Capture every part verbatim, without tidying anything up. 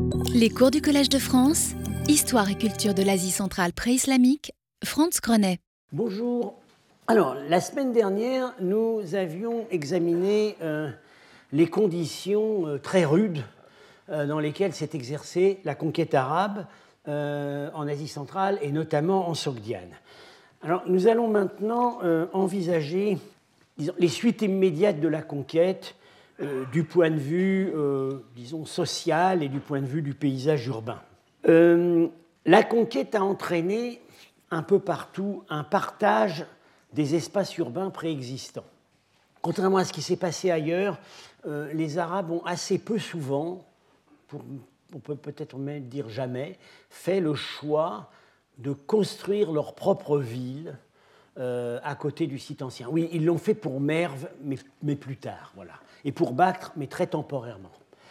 Les cours du Collège de France, Histoire et culture de l'Asie centrale pré-islamique, Franz Grenet. Bonjour. Alors, la semaine dernière, nous avions examiné euh, les conditions euh, très rudes euh, dans lesquelles s'est exercée la conquête arabe euh, en Asie centrale et notamment en Sogdiane. Alors, nous allons maintenant euh, envisager disons, les suites immédiates de la conquête euh, du point de vue, euh, disons, social et du point de vue du paysage urbain. Euh, la conquête a entraîné un peu partout un partage des espaces urbains préexistants. Contrairement à ce qui s'est passé ailleurs, euh, les Arabes ont assez peu souvent, pour, on peut peut-être même dire jamais, fait le choix de construire leur propre ville euh, à côté du site ancien. Oui, ils l'ont fait pour Merv, mais, mais plus tard, voilà. Et pour Bactre, mais très temporairement.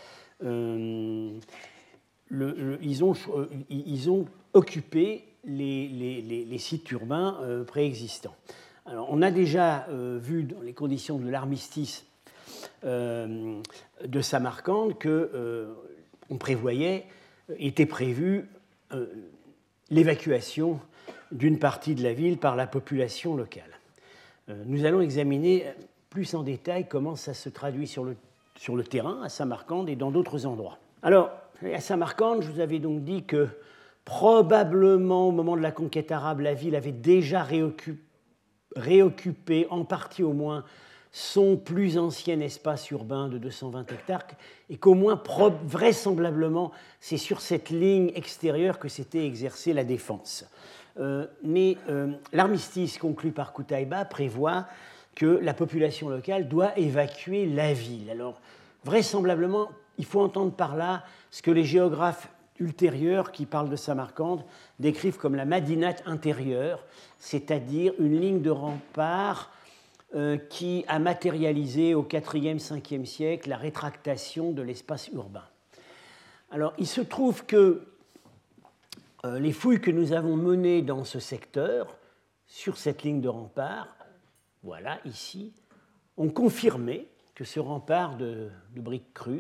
Euh, le, le, ils, ont, euh, ils ont occupé les, les, les, les sites urbains euh, préexistants. Alors, on a déjà euh, vu dans les conditions de l'armistice euh, de Samarcande qu'on euh, prévoyait, était prévu euh, l'évacuation d'une partie de la ville par la population locale. Euh, nous allons examiner plus en détail comment ça se traduit sur le, sur le terrain à Samarcande et dans d'autres endroits. Alors, à Samarcande, je vous avais donc dit que probablement au moment de la conquête arabe, la ville avait déjà réoccupé, réoccupé en partie au moins son plus ancien espace urbain de deux cent vingt hectares et qu'au moins vraisemblablement c'est sur cette ligne extérieure que s'était exercée la défense. Euh, mais euh, l'armistice conclu par Koutaïba prévoit que la population locale doit évacuer la ville. Alors vraisemblablement, il faut entendre par là ce que les géographes ultérieurs qui parlent de Samarcande décrivent comme la Madinat intérieure, c'est-à-dire une ligne de rempart euh, qui a matérialisé au quatrième cinquième siècle la rétractation de l'espace urbain. Alors, il se trouve que euh, les fouilles que nous avons menées dans ce secteur, sur cette ligne de rempart, voilà, ici, ont confirmé que ce rempart de, de briques crues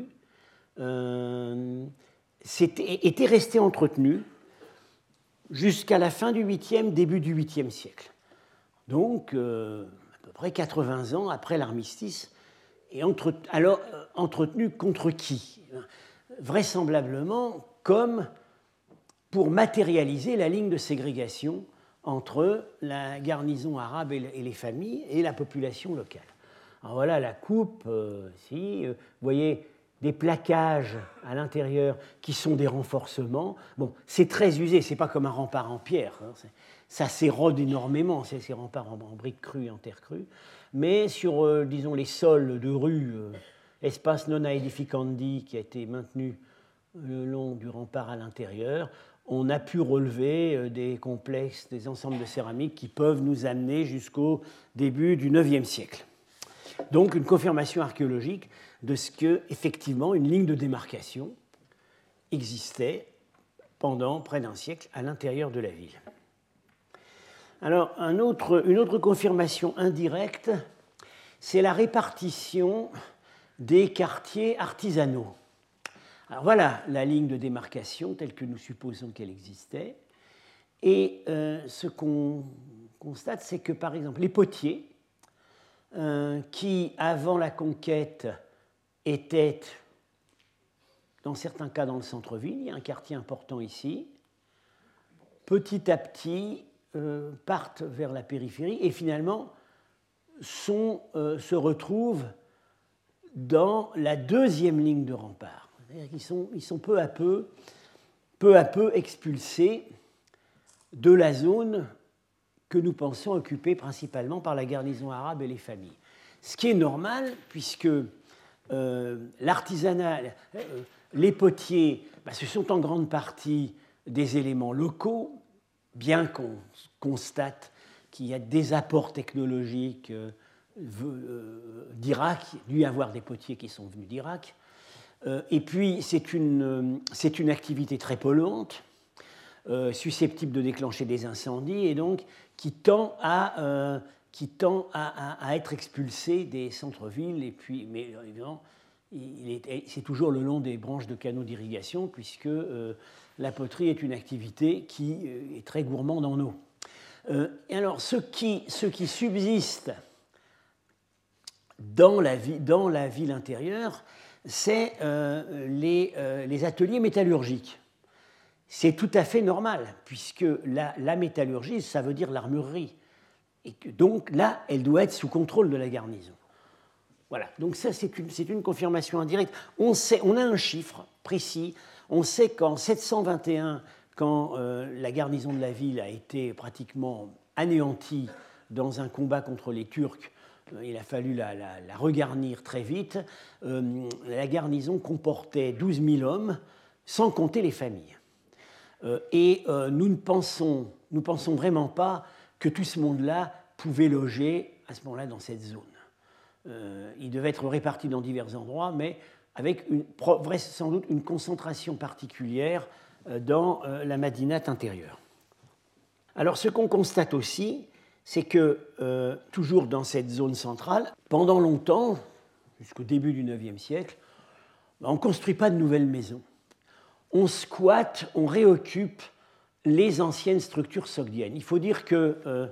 euh, était resté entretenu jusqu'à la fin du huitième, début du huitième siècle. Donc, euh, à peu près quatre-vingts ans après l'armistice, et entre, alors euh, entretenu contre qui? Vraisemblablement comme pour matérialiser la ligne de ségrégation entre la garnison arabe et les familles et la population locale. Alors voilà la coupe, euh, si, euh, vous voyez des plaquages à l'intérieur qui sont des renforcements. Bon, c'est très usé, c'est pas comme un rempart en pierre, hein, ça s'érode énormément, ces, ces remparts en, en briques crues et en terre crue, mais sur, euh, disons, les sols de rue, euh, espace non aedificandi qui a été maintenu le long du rempart à l'intérieur, on a pu relever euh, des complexes, des ensembles de céramique qui peuvent nous amener jusqu'au début du neuvième siècle. Donc une confirmation archéologique de ce qu'effectivement une ligne de démarcation existait pendant près d'un siècle à l'intérieur de la ville. Alors un autre, une autre confirmation indirecte, c'est la répartition des quartiers artisanaux. Alors voilà la ligne de démarcation telle que nous supposons qu'elle existait. Et euh, ce qu'on constate, c'est que par exemple les potiers, Euh, qui, avant la conquête, était, dans certains cas, dans le centre-ville. Il y a un quartier important ici. Petit à petit, euh, partent vers la périphérie et finalement sont, euh, se retrouvent dans la deuxième ligne de rempart. C'est-à-dire qu'ils sont, ils sont peu à peu, peu à peu expulsés de la zone que nous pensons occupée principalement par la garnison arabe et les familles. Ce qui est normal, puisque euh, l'artisanat, euh, les potiers, bah, ce sont en grande partie des éléments locaux, bien qu'on constate qu'il y a des apports technologiques euh, euh, d'Irak, il doit y avoir des potiers qui sont venus d'Irak, euh, et puis c'est une, euh, c'est une activité très polluante, euh, susceptible de déclencher des incendies, et donc qui tend à, euh, qui tend à, à, à être expulsé des centres-villes, et puis, mais évidemment, c'est toujours le long des branches de canaux d'irrigation, puisque euh, la poterie est une activité qui euh, est très gourmande en eau. Euh, et alors, ce qui, ce qui subsiste dans la, vie, dans la ville intérieure, c'est euh, les, euh, les ateliers métallurgiques. C'est tout à fait normal, puisque la, la métallurgie, ça veut dire l'armurerie. Et que, donc là, elle doit être sous contrôle de la garnison. Voilà, donc ça c'est une, c'est une confirmation indirecte. On, sait, on a un chiffre précis, on sait qu'en sept cent vingt et un, quand euh, la garnison de la ville a été pratiquement anéantie dans un combat contre les Turcs, euh, il a fallu la, la, la regarnir très vite, euh, la garnison comportait douze mille hommes, sans compter les familles. Euh, et euh, nous ne pensons, nous pensons vraiment pas que tout ce monde-là pouvait loger à ce moment-là dans cette zone. Euh, il devait être réparti dans divers endroits, mais avec une, sans doute une concentration particulière euh, dans euh, la Madinat intérieure. Alors ce qu'on constate aussi, c'est que, euh, toujours dans cette zone centrale, pendant longtemps, jusqu'au début du neuvième siècle, on ne construit pas de nouvelles maisons. On squatte, on réoccupe les anciennes structures sogdiennes. Il faut dire que euh,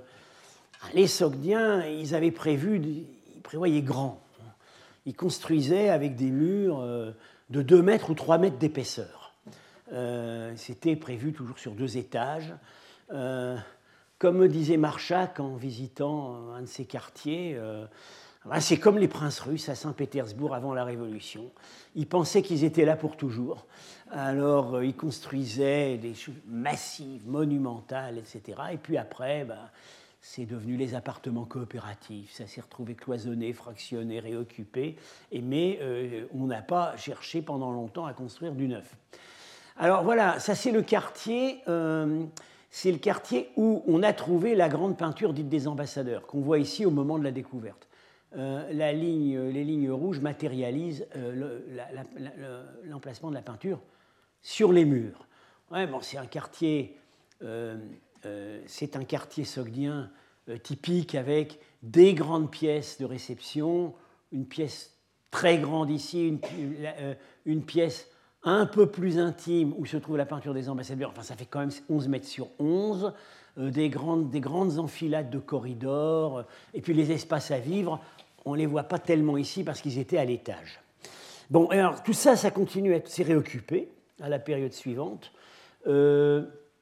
les Sogdiens, ils avaient prévu... Ils prévoyaient grand. Ils construisaient avec des murs de deux mètres ou trois mètres d'épaisseur. Euh, c'était prévu toujours sur deux étages. Euh, comme me disait Marchak en visitant un de ces quartiers, euh, c'est comme les princes russes à Saint-Pétersbourg avant la Révolution. Ils pensaient qu'ils étaient là pour toujours. Alors, ils construisaient des choses massives, monumentales, et cetera. Et puis après... Ben, c'est devenu les appartements coopératifs, ça s'est retrouvé cloisonné, fractionné, réoccupé, et, mais euh, on n'a pas cherché pendant longtemps à construire du neuf. Alors voilà, ça c'est le quartier, euh, c'est le quartier où on a trouvé la grande peinture dite des ambassadeurs, qu'on voit ici au moment de la découverte. Euh, la ligne, les lignes rouges matérialisent euh, le, la, la, la, l'emplacement de la peinture sur les murs. Ouais, bon, c'est un quartier... Euh, Euh, c'est un quartier sogdien euh, typique avec des grandes pièces de réception, une pièce très grande ici, une, euh, une pièce un peu plus intime où se trouve la peinture des ambassadeurs, enfin ça fait quand même onze mètres sur onze, euh, des, grandes, des grandes enfilades de corridors, euh, et puis les espaces à vivre, on ne les voit pas tellement ici parce qu'ils étaient à l'étage. Bon, alors tout ça, ça continue à être réoccupé à la période suivante. Euh,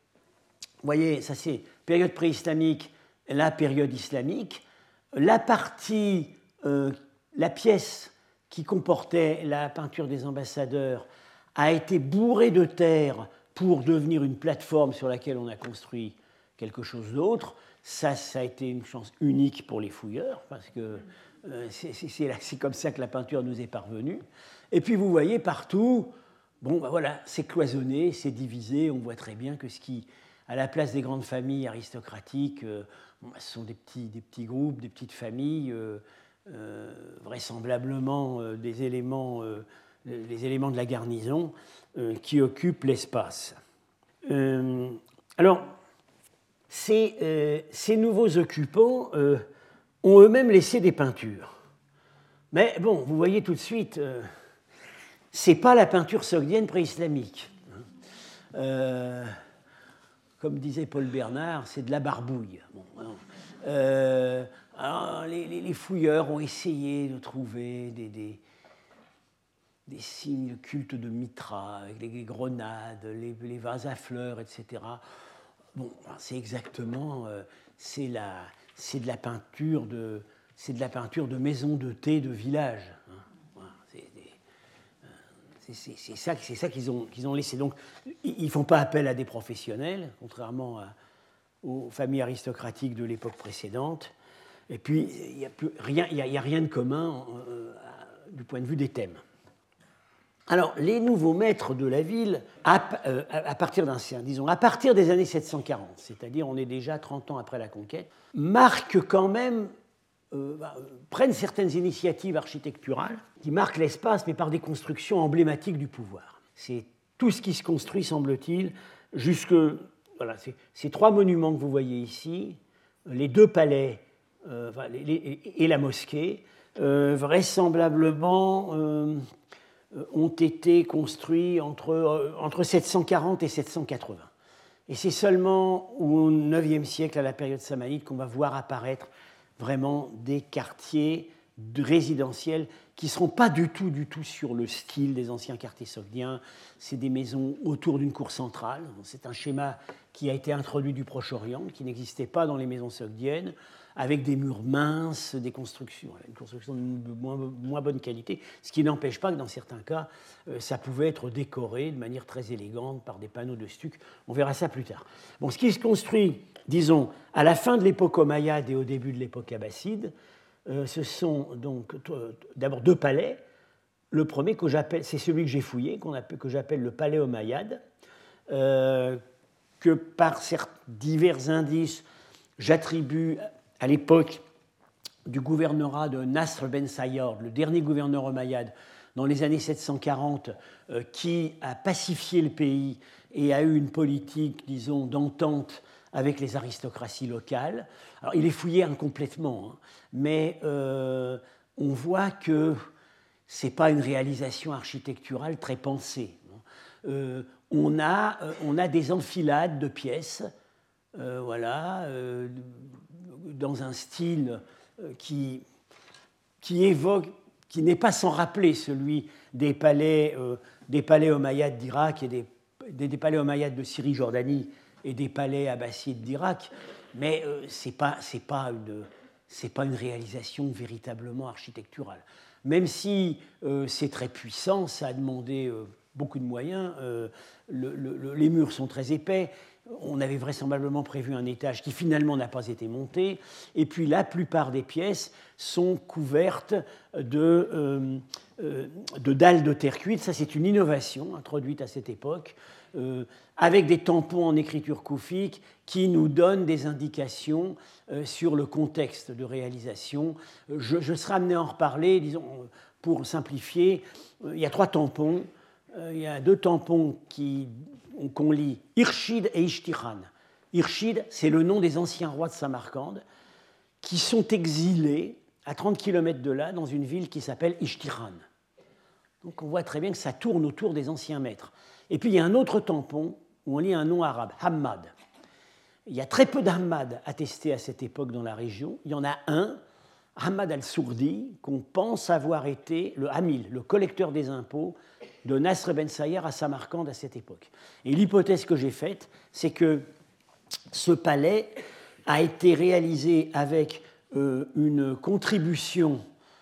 Vous voyez, ça c'est période pré-islamique, la période islamique. La partie, euh, la pièce qui comportait la peinture des ambassadeurs a été bourrée de terre pour devenir une plateforme sur laquelle on a construit quelque chose d'autre. Ça, ça a été une chance unique pour les fouilleurs, parce que euh, c'est, c'est, c'est comme ça que la peinture nous est parvenue. Et puis vous voyez partout, bon, ben voilà, c'est cloisonné, c'est divisé, on voit très bien que ce qui... À la place des grandes familles aristocratiques, euh, bon, ce sont des petits, des petits groupes, des petites familles, euh, euh, vraisemblablement euh, des éléments, euh, les éléments de la garnison euh, qui occupent l'espace. Euh, alors, ces, euh, ces nouveaux occupants euh, ont eux-mêmes laissé des peintures. Mais bon, vous voyez tout de suite, euh, ce n'est pas la peinture sogdienne pré-islamique. Euh, Comme disait Paul Bernard, c'est de la barbouille. Bon, alors, euh, alors les, les, les fouilleurs ont essayé de trouver des, des, des signes de culte de Mitra, avec les grenades, les, les vases à fleurs, et cetera. Bon, c'est exactement, euh, c'est, la, c'est de la peinture de, c'est de la peinture de maisons de thé de village. Hein. Voilà, c'est, C'est, c'est, c'est ça, c'est ça qu'ils, ont, qu'ils ont laissé. Donc, ils ne font pas appel à des professionnels, contrairement à, aux familles aristocratiques de l'époque précédente. Et puis, il n'y a, rien, il y a, il y a rien de commun euh, à, du point de vue des thèmes. Alors, les nouveaux maîtres de la ville, à, euh, à partir d'un, disons, à partir des années sept cent quarante, c'est-à-dire on est déjà trente ans après la conquête, marquent quand même... Euh, bah, prennent certaines initiatives architecturales qui marquent l'espace, mais par des constructions emblématiques du pouvoir. C'est tout ce qui se construit, semble-t-il, jusque... Voilà, c'est, ces trois monuments que vous voyez ici, les deux palais euh, enfin, les, les, et la mosquée, euh, vraisemblablement euh, ont été construits entre, euh, entre sept cent quarante et sept cent quatre-vingts. Et c'est seulement au neuvième siècle, à la période samanide, qu'on va voir apparaître vraiment des quartiers de résidentiels qui ne seront pas du tout, du tout sur le style des anciens quartiers sogdiens. C'est des maisons autour d'une cour centrale. C'est un schéma qui a été introduit du Proche-Orient, qui n'existait pas dans les maisons sogdiennes, avec des murs minces, des constructions, une construction de moins, moins bonne qualité, ce qui n'empêche pas que dans certains cas, ça pouvait être décoré de manière très élégante par des panneaux de stuc. On verra ça plus tard. Bon, ce qui se construit, disons, à la fin de l'époque omeyyade et au début de l'époque abbasside, euh, ce sont donc d'abord deux palais. Le premier, que j'appelle, c'est celui que j'ai fouillé, qu'on appelle, que j'appelle le palais omeyyade, euh, que par divers indices, j'attribue à l'époque du gouvernorat de Nasr ben Sayyar, le dernier gouverneur omeyyade, dans les années sept cent quarante, euh, qui a pacifié le pays et a eu une politique, disons, d'entente avec les aristocraties locales. Alors, il est fouillé incomplètement, hein, mais euh, on voit que ce n'est pas une réalisation architecturale très pensée. Euh, on, a, euh, on a des enfilades de pièces, euh, voilà, euh, dans un style qui, qui évoque, qui n'est pas sans rappeler celui des palais, euh, des palais omeyyades d'Irak et des, des, des palais omeyyades de Syrie-Jordanie et des palais abbassides d'Irak, mais euh, ce n'est pas, c'est pas, pas une réalisation véritablement architecturale. Même si euh, c'est très puissant, ça a demandé euh, beaucoup de moyens, euh, le, le, les murs sont très épais. On avait vraisemblablement prévu un étage qui finalement n'a pas été monté. Et puis la plupart des pièces sont couvertes de, euh, euh, de dalles de terre cuite. Ça, c'est une innovation introduite à cette époque, euh, avec des tampons en écriture koufique qui nous donnent des indications euh, sur le contexte de réalisation. Je, je serai amené à en reparler, disons, pour simplifier. Il y a trois tampons. Il y a deux tampons qui... qu'on lit Irshid et Ishtiran. Irshid, c'est le nom des anciens rois de Samarcande qui sont exilés à trente kilomètres de là dans une ville qui s'appelle Ishtiran. Donc on voit très bien que ça tourne autour des anciens maîtres. Et puis il y a un autre tampon où on lit un nom arabe, Hammad. Il y a très peu d'Hammad attestés à cette époque dans la région. Il y en a un, Hammad al-Sourdi, qu'on pense avoir été le Hamil, le collecteur des impôts de Nasr ben Sayyar à Samarcande à cette époque. Et l'hypothèse que j'ai faite, c'est que ce palais a été réalisé avec euh, une contribution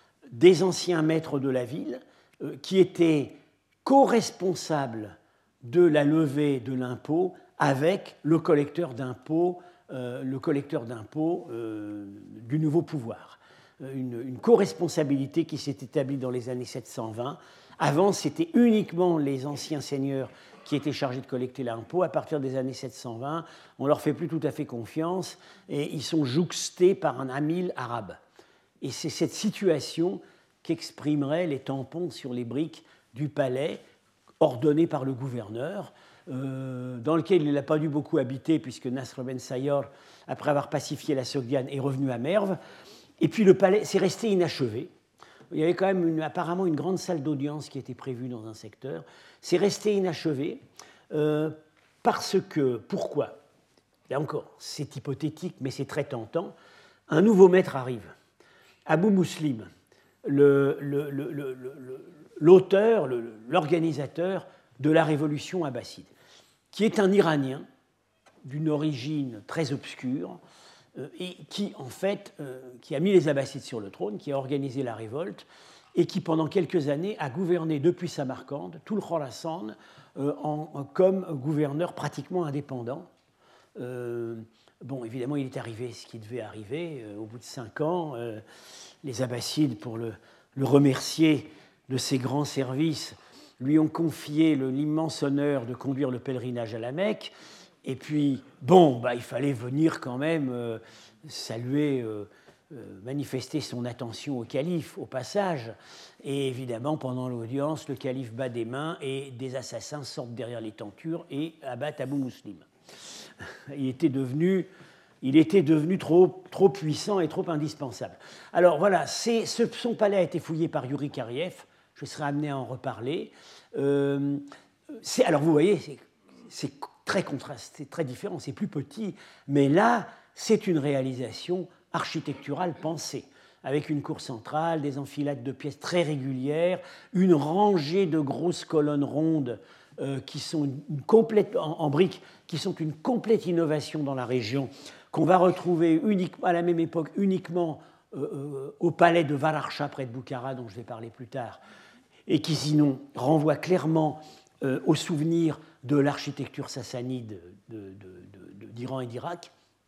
des anciens maîtres de la ville euh, qui étaient co-responsables de la levée de l'impôt avec le collecteur d'impôts, euh, le collecteur d'impôts euh, du nouveau pouvoir. Une, une co-responsabilité qui s'est établie dans les années sept cent vingt. Avant, c'était uniquement les anciens seigneurs qui étaient chargés de collecter l'impôt. À partir des années sept cent vingt, on ne leur fait plus tout à fait confiance et ils sont jouxtés par un amil arabe. Et c'est cette situation qu'exprimeraient les tampons sur les briques du palais ordonnés par le gouverneur, euh, dans lequel il n'a pas dû beaucoup habiter puisque Nasr ben Sayyar, après avoir pacifié la Sogdiane, est revenu à Merv. Et puis le palais, c'est resté inachevé. Il y avait quand même une, apparemment une grande salle d'audience qui était prévue dans un secteur. C'est resté inachevé euh, parce que, pourquoi ? Là encore, c'est hypothétique, mais c'est très tentant. Un nouveau maître arrive. Abou Muslim, le, le, le, le, le, l'auteur, le, l'organisateur de la révolution abbasside, qui est un Iranien d'une origine très obscure, et qui, en fait, euh, qui a mis les Abbassides sur le trône, qui a organisé la révolte, et qui, pendant quelques années, a gouverné depuis Samarcande, tout le Khorasan, euh, en, en, comme gouverneur pratiquement indépendant. Euh, bon, évidemment, il est arrivé ce qui devait arriver. Euh, au bout de cinq ans, euh, les Abbassides, pour le, le remercier de ses grands services, lui ont confié le, l'immense honneur de conduire le pèlerinage à la Mecque. Et puis, bon, bah, il fallait venir quand même euh, saluer, euh, euh, manifester son attention au calife, au passage. Et évidemment, pendant l'audience, le calife bat des mains et des assassins sortent derrière les tentures et abattent Abou Muslim. Il était devenu il était devenu trop, trop puissant et trop indispensable. Alors voilà, c'est, ce, son palais a été fouillé par Yuri Kariev, je serai amené à en reparler. Euh, c'est, alors vous voyez, c'est, c'est très contrasté, très différent, c'est plus petit, mais là, c'est une réalisation architecturale pensée, avec une cour centrale, des enfilades de pièces très régulières, une rangée de grosses colonnes rondes euh, qui sont une complète, en, en briques, qui sont une complète innovation dans la région, qu'on va retrouver uniquement, à la même époque uniquement euh, euh, au palais de Vararcha, près de Boukhara, dont je vais parler plus tard, et qui sinon renvoie clairement euh, au souvenir de l'architecture sassanide de, de, de, de, d'Iran et d'Irak.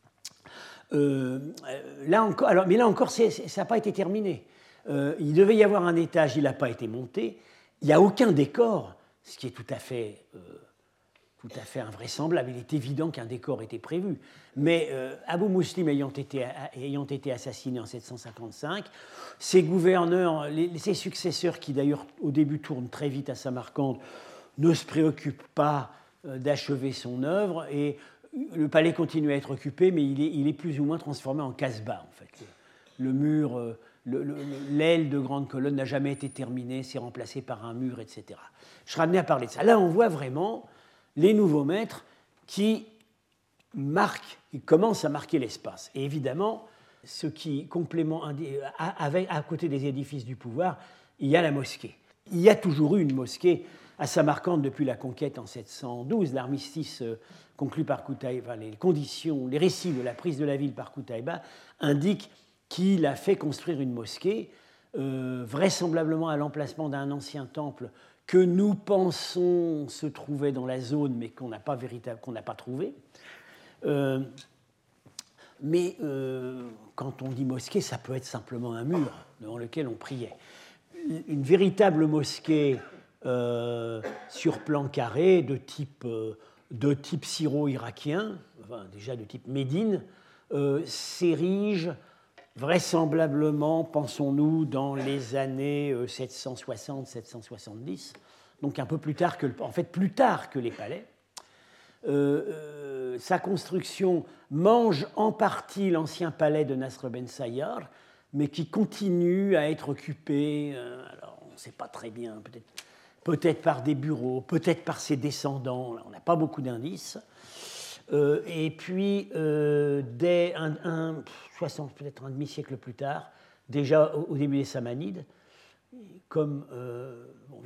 Euh, là encore, alors, mais là encore, c'est, c'est, ça n'a pas été terminé. Euh, il devait y avoir un étage, il n'a pas été monté. Il n'y a aucun décor, ce qui est tout à fait, euh, tout à fait invraisemblable. Il est évident qu'un décor était prévu. Mais euh, Abou Muslim ayant été, ayant été assassiné en sept cent cinquante-cinq, ses gouverneurs, les, ses successeurs, qui d'ailleurs au début tournent très vite à Samarcande, ne se préoccupent pas euh, d'achever son œuvre et le palais continue à être occupé, mais il est, il est plus ou moins transformé en casbah, en fait. Le, le mur, le, le, l'aile de grande colonne n'a jamais été terminée, c'est remplacé par un mur, et cetera. Je serai amené à parler de ça. Là, on voit vraiment les nouveaux maîtres qui marquent, qui commencent à marquer l'espace. Et évidemment, ce qui complément, avec, à côté des édifices du pouvoir, il y a la mosquée. Il y a toujours eu une mosquée à Samarcande depuis la conquête en sept cent douze, l'armistice conclu par Qutaïba, les conditions, les récits de la prise de la ville par Qutaïba indiquent qu'il a fait construire une mosquée, euh, vraisemblablement à l'emplacement d'un ancien temple que nous pensons se trouver dans la zone, mais qu'on n'a pas, véritable, qu'on n'a pas trouvé. Euh, mais euh, quand on dit mosquée, ça peut être simplement un mur devant lequel on priait. Une véritable mosquée euh, sur plan carré de type... Euh, de type syro-irakien, enfin, déjà de type Médine, euh, s'érige vraisemblablement, pensons-nous, dans les années sept cent soixante sept cent soixante-dix, donc un peu plus tard que, en fait, plus tard que les palais. Euh, euh, sa construction mange en partie l'ancien palais de Nasr ben Sayyar, mais qui continue à être occupé, euh, alors on ne sait pas très bien, peut-être peut-être par des bureaux, peut-être par ses descendants, là, on n'a pas beaucoup d'indices. Euh, et puis, euh, dès un, un, soixante, peut-être un demi-siècle plus tard, déjà au, au début des Samanides, comme euh, bon,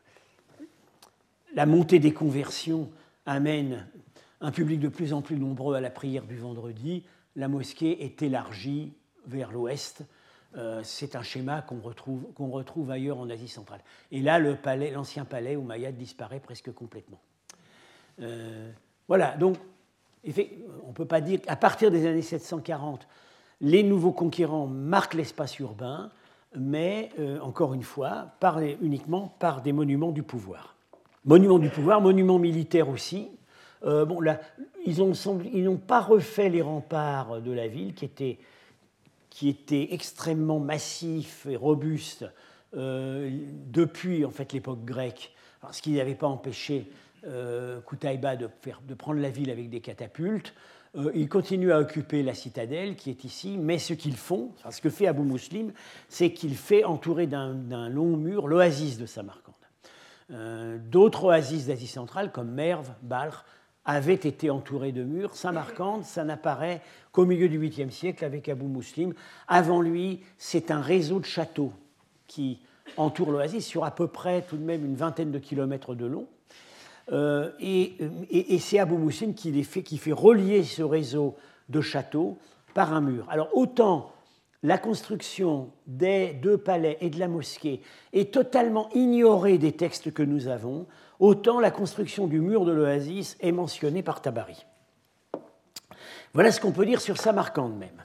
la montée des conversions amène un public de plus en plus nombreux à la prière du vendredi, la mosquée est élargie vers l'ouest. Euh, c'est un schéma qu'on retrouve, qu'on retrouve ailleurs en Asie centrale. Et là, le palais, l'ancien palais omeyyade disparaît presque complètement. Euh, voilà, donc on ne peut pas dire qu'à partir des années sept cent quarante, les nouveaux conquérants marquent l'espace urbain, mais euh, encore une fois, par les, uniquement par des monuments du pouvoir. Monuments du pouvoir, monuments militaires aussi. Euh, bon, là, ils, ont, ils n'ont pas refait les remparts de la ville, qui étaient qui était extrêmement massif et robuste euh, depuis en fait, l'époque grecque, ce qui n'avait pas empêché euh, Qutaïba de, faire, de prendre la ville avec des catapultes. Euh, ils continuent à occuper la citadelle qui est ici, mais ce qu'ils font, enfin, ce que fait Abou Muslim, c'est qu'il fait entourer d'un, d'un long mur l'oasis de Samarcande. Euh, d'autres oasis d'Asie centrale, comme Merv, Balkh, avait été entouré de murs. Samarcande, ça n'apparaît qu'au milieu du huitième siècle avec Abou Muslim. Avant lui, c'est un réseau de châteaux qui entoure l'oasis sur à peu près tout de même une vingtaine de kilomètres de long. Euh, et, et, et c'est Abou Muslim qui, les fait, qui fait relier ce réseau de châteaux par un mur. Alors autant la construction des deux palais et de la mosquée est totalement ignorée des textes que nous avons, autant la construction du mur de l'oasis est mentionnée par Tabari. Voilà ce qu'on peut dire sur Samarcande même.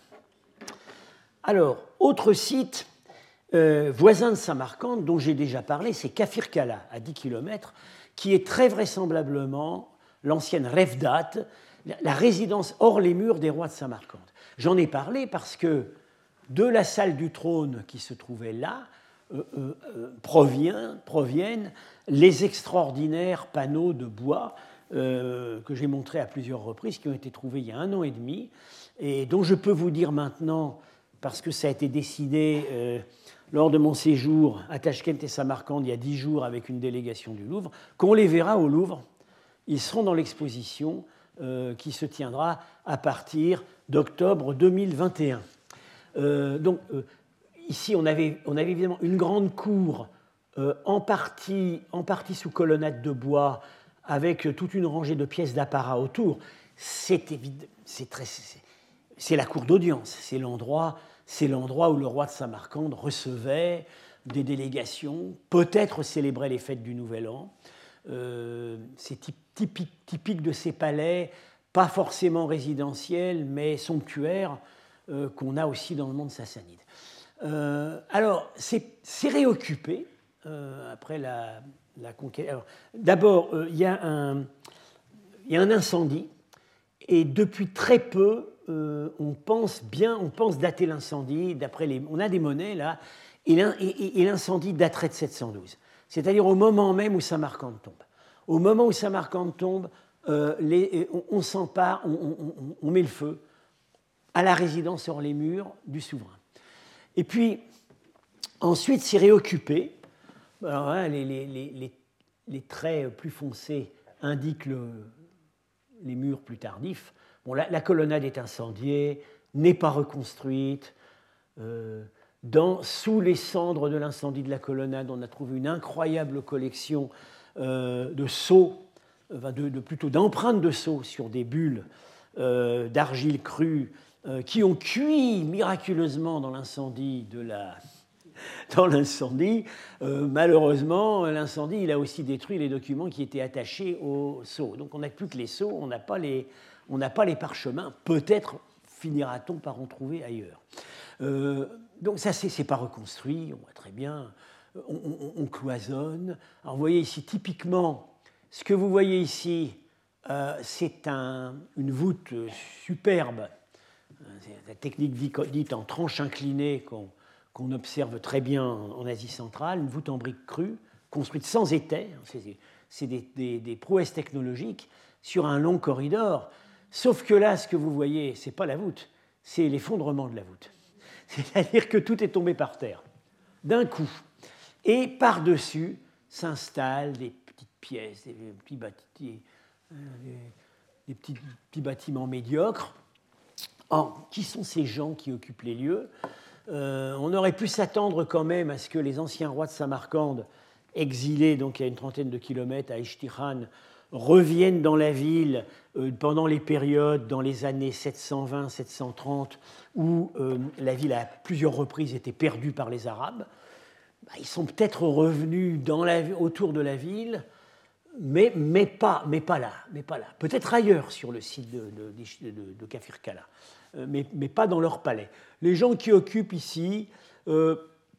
Alors, autre site euh, voisin de Samarcande, dont j'ai déjà parlé, c'est Kafir-Kala, à dix kilomètres, qui est très vraisemblablement l'ancienne Revdat, la résidence hors les murs des rois de Samarcande. J'en ai parlé parce que de la salle du trône qui se trouvait là euh, euh, provient, proviennent les extraordinaires panneaux de bois euh, que j'ai montrées à plusieurs reprises, qui ont été trouvées il y a un an et demi, et dont je peux vous dire maintenant, parce que ça a été décidé euh, lors de mon séjour à Tachkent et Samarcande il y a dix jours avec une délégation du Louvre, qu'on les verra au Louvre. Ils seront dans l'exposition euh, qui se tiendra à partir d'octobre deux mille vingt et un. Euh, donc, euh, ici, on avait, on avait évidemment une grande cour euh, en, partie, en partie sous colonnade de bois, avec toute une rangée de pièces d'apparat autour. C'est évident, c'est très... C'est, c'est la cour d'audience, c'est l'endroit, c'est l'endroit où le roi de Samarcande recevait des délégations, peut-être célébrait les fêtes du Nouvel An. Euh, c'est typique, typique de ces palais, pas forcément résidentiels, mais somptuaires, euh, qu'on a aussi dans le monde sassanide. Euh, alors, c'est, c'est réoccupé euh, après la, la conquête. Alors, d'abord, euh, il y a un, il y a un incendie, et depuis très peu, Euh, on pense bien, on pense dater l'incendie, d'après les, on a des monnaies là, et, et, et l'incendie daterait de sept cent douze, c'est-à-dire au moment même où Samarcande tombe. Au moment où Samarcande tombe, euh, les, on, on s'empare, on, on, on met le feu à la résidence sur les murs du souverain. Et puis, ensuite, c'est réoccupé. Alors, hein, les, les, les, les traits plus foncés indiquent le, les murs plus tardifs. Bon, la, la colonnade est incendiée, n'est pas reconstruite. Euh, dans, sous les cendres de l'incendie de la colonnade, on a trouvé une incroyable collection euh, de sceaux, euh, de, de, plutôt d'empreintes de sceaux sur des bulles euh, d'argile crue euh, qui ont cuit miraculeusement dans l'incendie de la... Dans l'incendie, euh, malheureusement, l'incendie, il a aussi détruit les documents qui étaient attachés aux sceaux. Donc on n'a plus que les sceaux, on n'a pas les... On n'a pas les parchemins, peut-être finira-t-on par en trouver ailleurs. Euh, donc ça, c'est, c'est pas reconstruit, on voit très bien, on, on, on cloisonne. Alors vous voyez ici, typiquement, ce que vous voyez ici, euh, c'est un, une voûte superbe, c'est la technique dite en tranche inclinée qu'on, qu'on observe très bien en, en Asie centrale, une voûte en briques crues, construite sans étai, c'est, c'est des, des, des prouesses technologiques, sur un long corridor. Sauf que là, ce que vous voyez, ce n'est pas la voûte, c'est l'effondrement de la voûte. C'est-à-dire que tout est tombé par terre, d'un coup. Et par-dessus s'installent des petites pièces, des petits, bâti- des, des petits, petits bâtiments médiocres. Or, qui sont ces gens qui occupent les lieux ? euh, On aurait pu s'attendre quand même à ce que les anciens rois de Samarcande, exilés donc, il y a une trentaine de kilomètres à Ishtihan, reviennent dans la ville euh, pendant les périodes, dans les années sept cent vingt sept cent trente, où euh, la ville a plusieurs reprises été perdue par les Arabes. Bah, ils sont peut-être revenus dans la, autour de la ville, mais, mais, pas, mais, pas là, mais pas là. Peut-être ailleurs sur le site de, de, de, de Kafir Kala, euh, mais, mais pas dans leur palais. Les gens qui occupent ici, euh,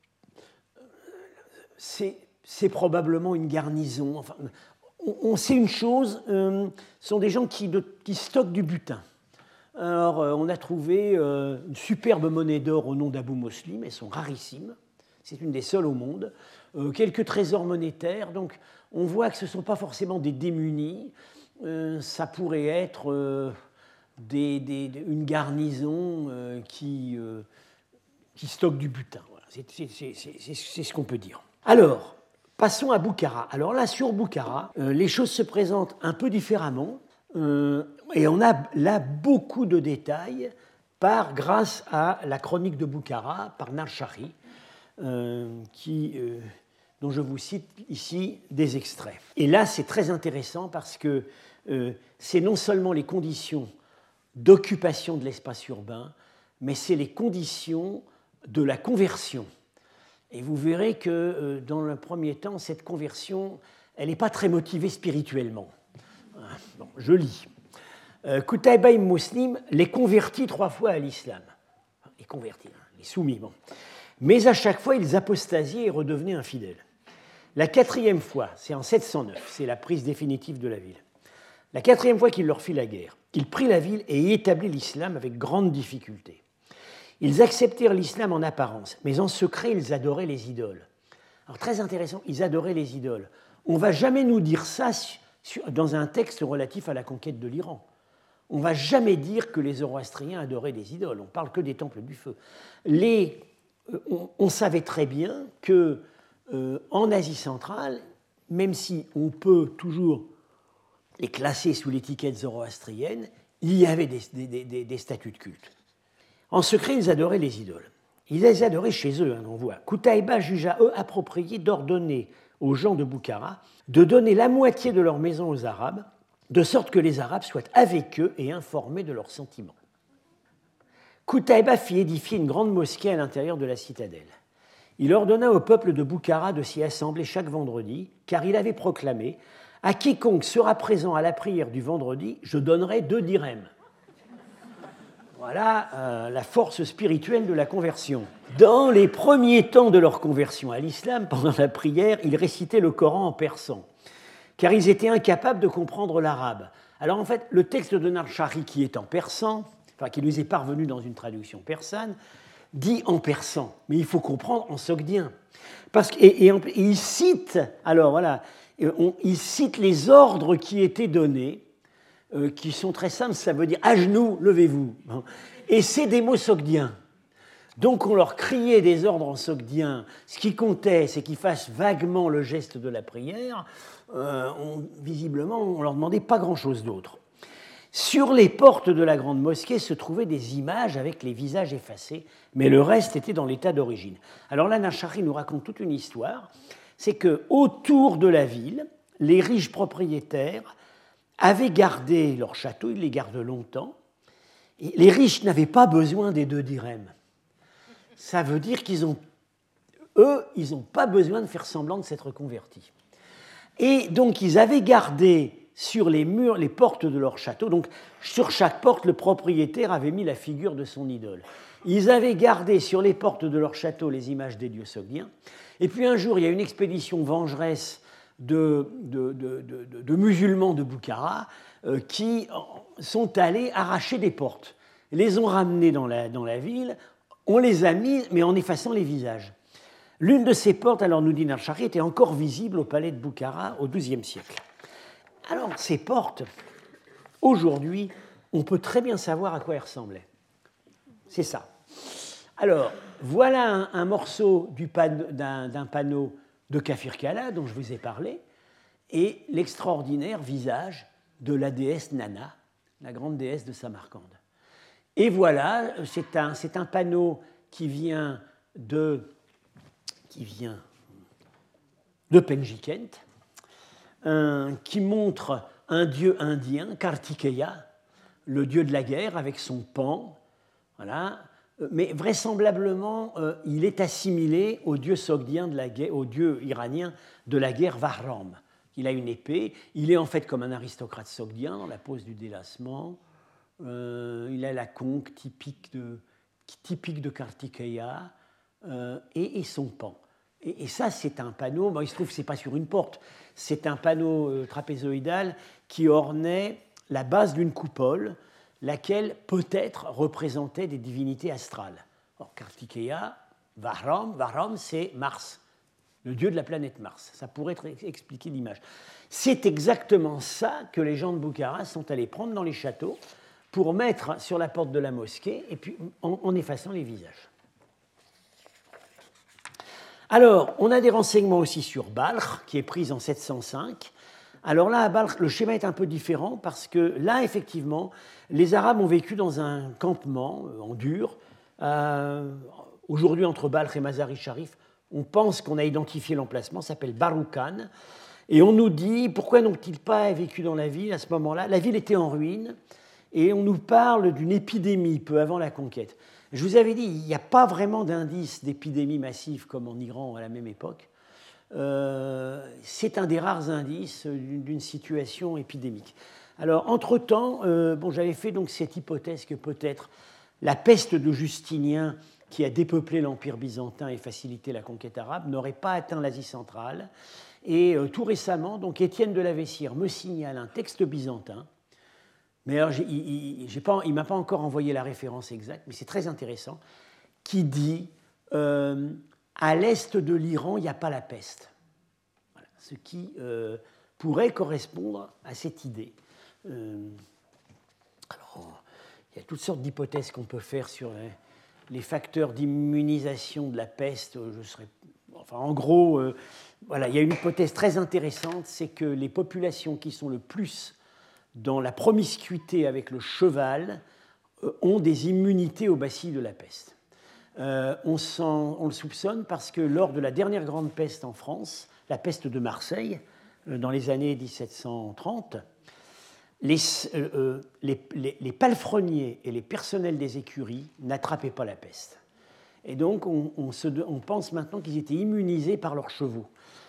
c'est, c'est probablement une garnison. Enfin, on sait une chose, euh, ce sont des gens qui, de, qui stockent du butin. Alors, euh, on a trouvé euh, une superbe monnaie d'or au nom d'Abou Muslim, elles sont rarissimes, c'est une des seules au monde, euh, quelques trésors monétaires, donc on voit que ce ne sont pas forcément des démunis, euh, ça pourrait être euh, des, des, une garnison euh, qui, euh, qui stocke du butin. Voilà. C'est, c'est, c'est, c'est, c'est ce qu'on peut dire. Alors, passons à Boukhara. Alors là, sur Boukhara, euh, les choses se présentent un peu différemment euh, et on a là beaucoup de détails par, grâce à la chronique de Boukhara par Narshahi, euh, qui, euh, dont je vous cite ici des extraits. Et là, c'est très intéressant parce que euh, c'est non seulement les conditions d'occupation de l'espace urbain, mais c'est les conditions de la conversion. Et vous verrez que, euh, dans le premier temps, cette conversion, elle n'est pas très motivée spirituellement. Bon, je lis. Euh, Qutayba ibn Muslim les convertit trois fois à l'islam. Les convertit, hein, les soumis. Bon. Mais à chaque fois, ils apostasiaient et redevenaient infidèles. La quatrième fois, c'est en sept cent neuf, c'est la prise définitive de la ville. La quatrième fois qu'il leur fit la guerre, il prit la ville et y établit l'islam avec grande difficulté. Ils acceptèrent l'islam en apparence, mais en secret, ils adoraient les idoles. Alors, très intéressant, ils adoraient les idoles. On ne va jamais nous dire ça dans un texte relatif à la conquête de l'Iran. On ne va jamais dire que les Zoroastriens adoraient des idoles, on ne parle que des temples du feu. Les, on, on savait très bien que euh, en Asie centrale, même si on peut toujours les classer sous l'étiquette zoroastrienne, il y avait des, des, des, des statues de culte. En secret, ils adoraient les idoles. Ils les adoraient chez eux, hein, on voit. Qutaïba jugea eux approprié d'ordonner aux gens de Boukhara de donner la moitié de leur maison aux Arabes, de sorte que les Arabes soient avec eux et informés de leurs sentiments. Qutaïba fit édifier une grande mosquée à l'intérieur de la citadelle. Il ordonna au peuple de Boukhara de s'y assembler chaque vendredi, car il avait proclamé « À quiconque sera présent à la prière du vendredi, je donnerai deux dirhams ». Voilà euh, la force spirituelle de la conversion. Dans les premiers temps de leur conversion à l'islam, pendant la prière, ils récitaient le Coran en persan, car ils étaient incapables de comprendre l'arabe. Alors en fait, le texte de Narshari, qui est en persan, enfin qui nous est parvenu dans une traduction persane, dit en persan, mais il faut comprendre en sogdien. Parce que, et, et, et il cite, alors voilà, on, il cite les ordres qui étaient donnés, euh, qui sont très simples, ça veut dire à genoux, levez-vous. Et c'est des mots sogdiens. Donc on leur criait des ordres en sogdien. Ce qui comptait, c'est qu'ils fassent vaguement le geste de la prière. Euh, on, visiblement, on ne leur demandait pas grand-chose d'autre. Sur les portes de la grande mosquée se trouvaient des images avec les visages effacés, mais le reste était dans l'état d'origine. Alors là, Narshari nous raconte toute une histoire. C'est qu'autour de la ville, les riches propriétaires avaient gardé leur château, ils les gardent longtemps. Et les riches n'avaient pas besoin des deux dirhams. Ça veut dire qu'ils ont, eux, ils n'ont pas besoin de faire semblant de s'être convertis. Et donc, ils avaient gardé sur les murs, les portes de leur château, donc sur chaque porte, le propriétaire avait mis la figure de son idole. Ils avaient gardé sur les portes de leur château les images des dieux sogdiens. Et puis un jour, il y a une expédition vengeresse de, de, de, de, de musulmans de Boukhara euh, qui sont allés arracher des portes. Ils les ont ramenées dans la, dans la ville, on les a mis, mais en effaçant les visages. L'une de ces portes, alors nous dit Narshari, était encore visible au palais de Boukhara au douzième siècle. Alors, ces portes, aujourd'hui, on peut très bien savoir à quoi elles ressemblaient. C'est ça. Alors, voilà un, un morceau du pan, d'un, d'un panneau de Kafir Kala, dont je vous ai parlé, et l'extraordinaire visage de la déesse Nana, la grande déesse de Samarcande. Et voilà, c'est un, c'est un panneau qui vient de, qui vient de Penjikent, Un, qui montre un dieu indien, Kartikeya, le dieu de la guerre, avec son pan. Voilà. Mais vraisemblablement, euh, il est assimilé au dieu sogdien, de la guerre, au dieu iranien de la guerre Vahram. Il a une épée, il est en fait comme un aristocrate sogdien dans la pose du délassement. Euh, il a la conque typique de, typique de Kartikeya euh, et, et son pan. Et, et ça, c'est un panneau, bon, il se trouve que ce n'est pas sur une porte, c'est un panneau euh, trapézoïdal qui ornait la base d'une coupole, laquelle peut-être représentait des divinités astrales. Or, Kartikeya, Vahram, Vahram, c'est Mars, le dieu de la planète Mars. Ça pourrait être expliquer l'image. C'est exactement ça que les gens de Boukhara sont allés prendre dans les châteaux pour mettre sur la porte de la mosquée, et puis en, en effaçant les visages. Alors, on a des renseignements aussi sur Balkh, qui est prise en sept cent cinq. Alors là, à Balkh, le schéma est un peu différent, parce que là, effectivement, les Arabes ont vécu dans un campement euh, en dur. Euh, aujourd'hui, entre Balkh et Mazar-i Sharif, on pense qu'on a identifié l'emplacement, ça s'appelle Baroukan. Et on nous dit, pourquoi n'ont-ils pas vécu dans la ville à ce moment-là? La ville était en ruine, et on nous parle d'une épidémie peu avant la conquête. Je vous avais dit, il n'y a pas vraiment d'indice d'épidémie massive comme en Iran à la même époque. Euh, c'est un des rares indices d'une, d'une situation épidémique. Alors, entre-temps, euh, bon, j'avais fait donc cette hypothèse que peut-être la peste de Justinien, qui a dépeuplé l'Empire byzantin et facilité la conquête arabe, n'aurait pas atteint l'Asie centrale. Et euh, tout récemment, donc, Étienne de la Vessire me signale un texte byzantin. Mais alors, j'ai, il ne m'a pas encore envoyé la référence exacte, mais c'est très intéressant, qui dit euh, à l'est de l'Iran, il n'y a pas la peste. Voilà. Ce qui euh, pourrait correspondre à cette idée. Euh, alors, il y a toutes sortes d'hypothèses qu'on peut faire sur les, les facteurs d'immunisation de la peste. Je serais, enfin, en gros, euh, voilà, il y a une hypothèse très intéressante, c'est que les populations qui sont le plus dans la promiscuité avec le cheval euh, ont des immunités au bacille de la peste. Euh, on, on le soupçonne parce que lors de la dernière grande peste en France, la peste de Marseille, euh, dans les années dix-sept cent trente, les, euh, les, les, les palefreniers et les personnels des écuries n'attrapaient pas la peste. Et donc, on, on, se, on pense maintenant qu'ils étaient immunisés par leurs chevaux.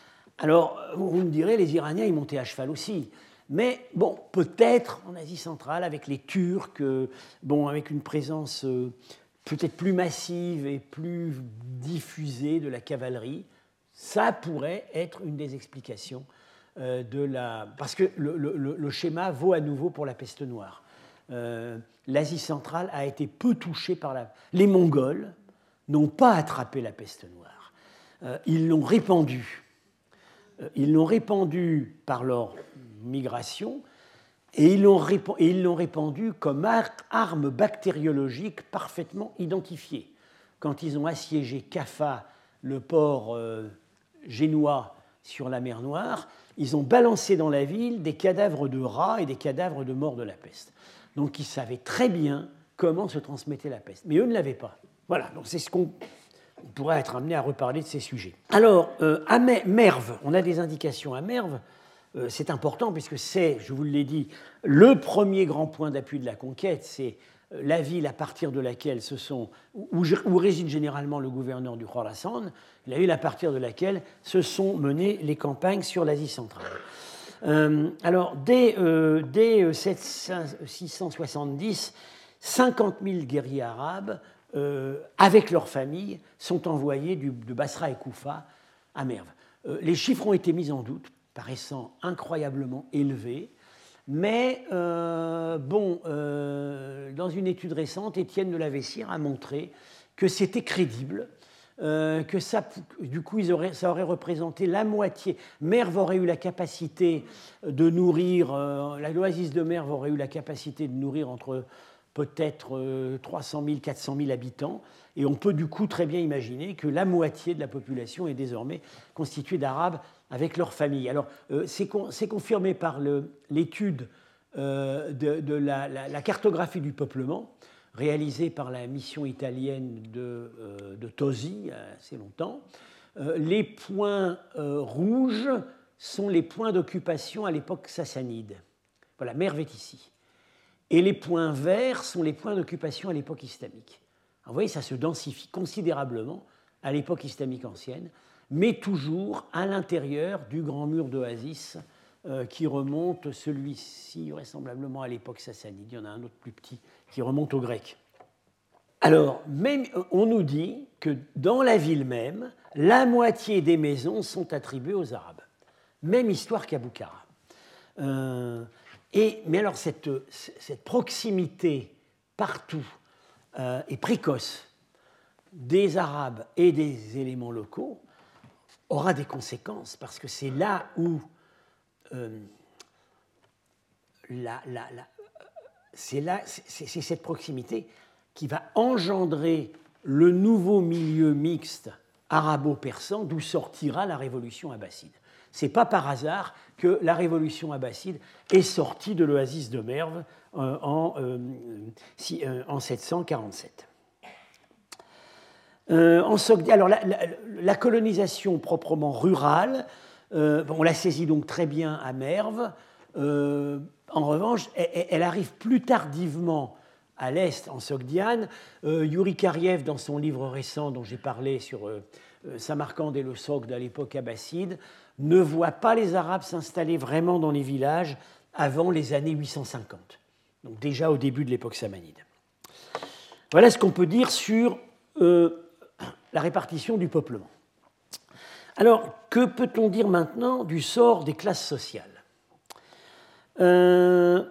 Alors, vous me direz, les Iraniens, ils montaient à cheval aussi. Mais, bon, peut-être en Asie centrale, avec les Turcs, euh, bon, avec une présence euh, peut-être plus massive et plus diffusée de la cavalerie, ça pourrait être une des explications euh, de la... Parce que le, le, le schéma vaut à nouveau pour la peste noire. Euh, L'Asie centrale a été peu touchée par la... Les Mongols n'ont pas attrapé la peste noire. Euh, ils l'ont répandue. Euh, ils l'ont répandue par leur migration, et ils l'ont répandue comme arme bactériologique parfaitement identifiée. Quand ils ont assiégé Kaffa, le port euh, génois sur la mer Noire, ils ont balancé dans la ville des cadavres de rats et des cadavres de morts de la peste. Donc ils savaient très bien comment se transmettait la peste, mais eux ne l'avaient pas. Voilà, donc c'est ce qu'on on pourrait être amené à reparler de ces sujets. Alors, euh, à Merv, on a des indications à Merv. Euh, c'est important puisque c'est, je vous l'ai dit, le premier grand point d'appui de la conquête, c'est la ville à partir de laquelle se sont, où, où réside généralement le gouverneur du Khorasan, la ville à partir de laquelle se sont menées les campagnes sur l'Asie centrale. Euh, alors, dès, euh, dès six cent soixante-dix, cinquante mille guerriers arabes, euh, avec leurs familles, sont envoyés du, de Basra et Koufa à Merv. Euh, les chiffres ont été mis en doute, paraissant incroyablement élevés, mais euh, bon, euh, dans une étude récente, Étienne de la Vessière a montré que c'était crédible, euh, que ça, du coup, ils auraient, ça aurait représenté la moitié. Merv aurait eu la capacité de nourrir, euh, la l'oasis de Merv aurait eu la capacité de nourrir entre peut-être euh, trois cent mille, quatre cent mille habitants, et on peut du coup très bien imaginer que la moitié de la population est désormais constituée d'Arabes avec leurs familles. Alors, euh, c'est, con, c'est confirmé par le, l'étude euh, de, de la, la, la cartographie du peuplement, réalisée par la mission italienne de, euh, de Tosi, il y a assez longtemps. Euh, les points euh, rouges sont les points d'occupation à l'époque sassanide. Voilà, Merv est ici. Et les points verts sont les points d'occupation à l'époque islamique. Alors, vous voyez, ça se densifie considérablement à l'époque islamique ancienne, mais toujours à l'intérieur du grand mur d'Oasis euh, qui remonte, celui-ci vraisemblablement à l'époque sassanide. Il y en a un autre plus petit qui remonte aux Grecs. Alors, même, on nous dit que dans la ville même, la moitié des maisons sont attribuées aux Arabes. Même histoire qu'à Boukhara. Euh, et, mais alors, cette, cette proximité partout euh, et précoce des Arabes et des éléments locaux aura des conséquences, parce que c'est là où euh, la, la, la, c'est, là, c'est, c'est cette proximité qui va engendrer le nouveau milieu mixte arabo-persan d'où sortira la révolution abbasside. Ce n'est pas par hasard que la révolution abbasside est sortie de l'oasis de Merv euh, en, euh, si, euh, en sept cent quarante-sept. Euh, en Sogdi, alors la, la, la colonisation proprement rurale, euh, on la saisit donc très bien à Merv. Euh, en revanche, elle, elle arrive plus tardivement à l'est, en Sogdiane. Euh, Yuri Kariev, dans son livre récent dont j'ai parlé sur euh, Samarcande et le Sogd à l'époque abbasside, ne voit pas les Arabes s'installer vraiment dans les villages avant les années huit cent cinquante, donc déjà au début de l'époque samanide. Voilà ce qu'on peut dire sur euh, la répartition du peuplement. Alors, que peut-on dire maintenant du sort des classes sociales ? euh,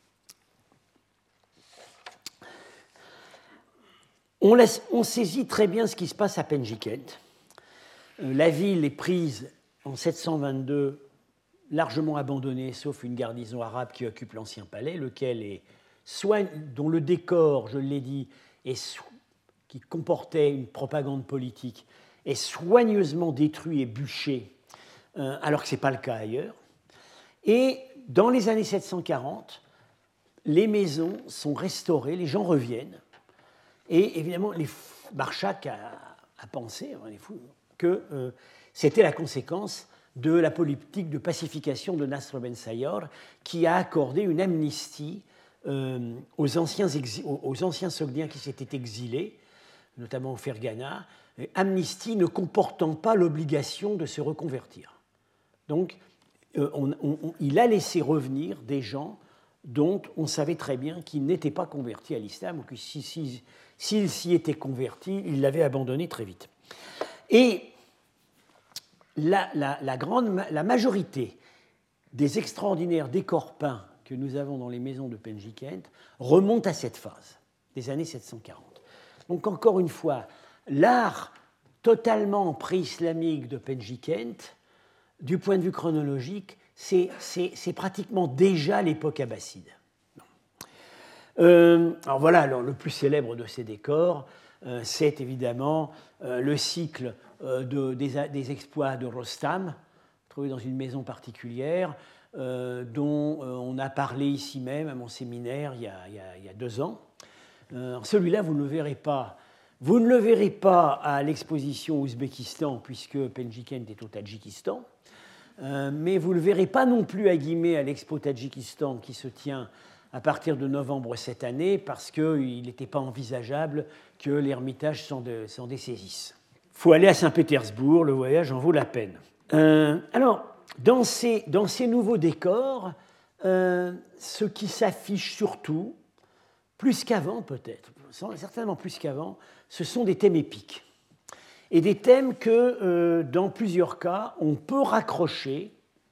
on, laisse, on saisit très bien ce qui se passe à Penjikent. Euh, la ville est prise en sept cent vingt-deux largement abandonné, sauf une garnison arabe qui occupe l'ancien palais, lequel est soigne, dont le décor, je l'ai dit, est, qui comportait une propagande politique, est soigneusement détruit et bûché, euh, alors que ce n'est pas le cas ailleurs. Et dans les années sept cent quarante, les maisons sont restaurées, les gens reviennent, et évidemment, les Barchak a, a pensé les fous, que euh, c'était la conséquence de la politique de pacification de Nasr Ben Sayyar, qui a accordé une amnistie euh, aux, anciens exi- aux anciens Sogdiens qui s'étaient exilés, notamment au Fergana, amnistie ne comportant pas l'obligation de se reconvertir. Donc, euh, on, on, il a laissé revenir des gens dont on savait très bien qu'ils n'étaient pas convertis à l'islam, ou que s'ils si, si, s'y étaient convertis, ils l'avaient abandonné très vite. Et la, la, la, grande, la majorité des extraordinaires décors peints que nous avons dans les maisons de Penjikent remontent à cette phase, des années sept cent quarante. Donc encore une fois, l'art totalement pré-islamique de Penjikent, du point de vue chronologique, c'est, c'est, c'est pratiquement déjà l'époque abbasside. Euh, alors voilà, alors, le plus célèbre de ces décors, euh, c'est évidemment euh, le cycle euh, de, des, des exploits de Rostam, trouvé dans une maison particulière, euh, dont euh, on a parlé ici même à mon séminaire il y a, il y a, il y a deux ans. Euh, celui-là, vous ne le verrez pas. Vous ne le verrez pas à l'exposition Ouzbékistan, puisque Penjikent est au Tadjikistan. Euh, mais vous ne le verrez pas non plus à Guimet à l'Expo Tadjikistan qui se tient à partir de novembre cette année, parce qu'il n'était pas envisageable que l'Ermitage s'en, de, s'en dessaisisse. Il faut aller à Saint-Pétersbourg, le voyage en vaut la peine. Euh, alors, dans ces, dans ces nouveaux décors, euh, ce qui s'affiche surtout, plus qu'avant peut-être, certainement plus qu'avant, ce sont des thèmes épiques. Et des thèmes que, euh, dans plusieurs cas, on peut raccrocher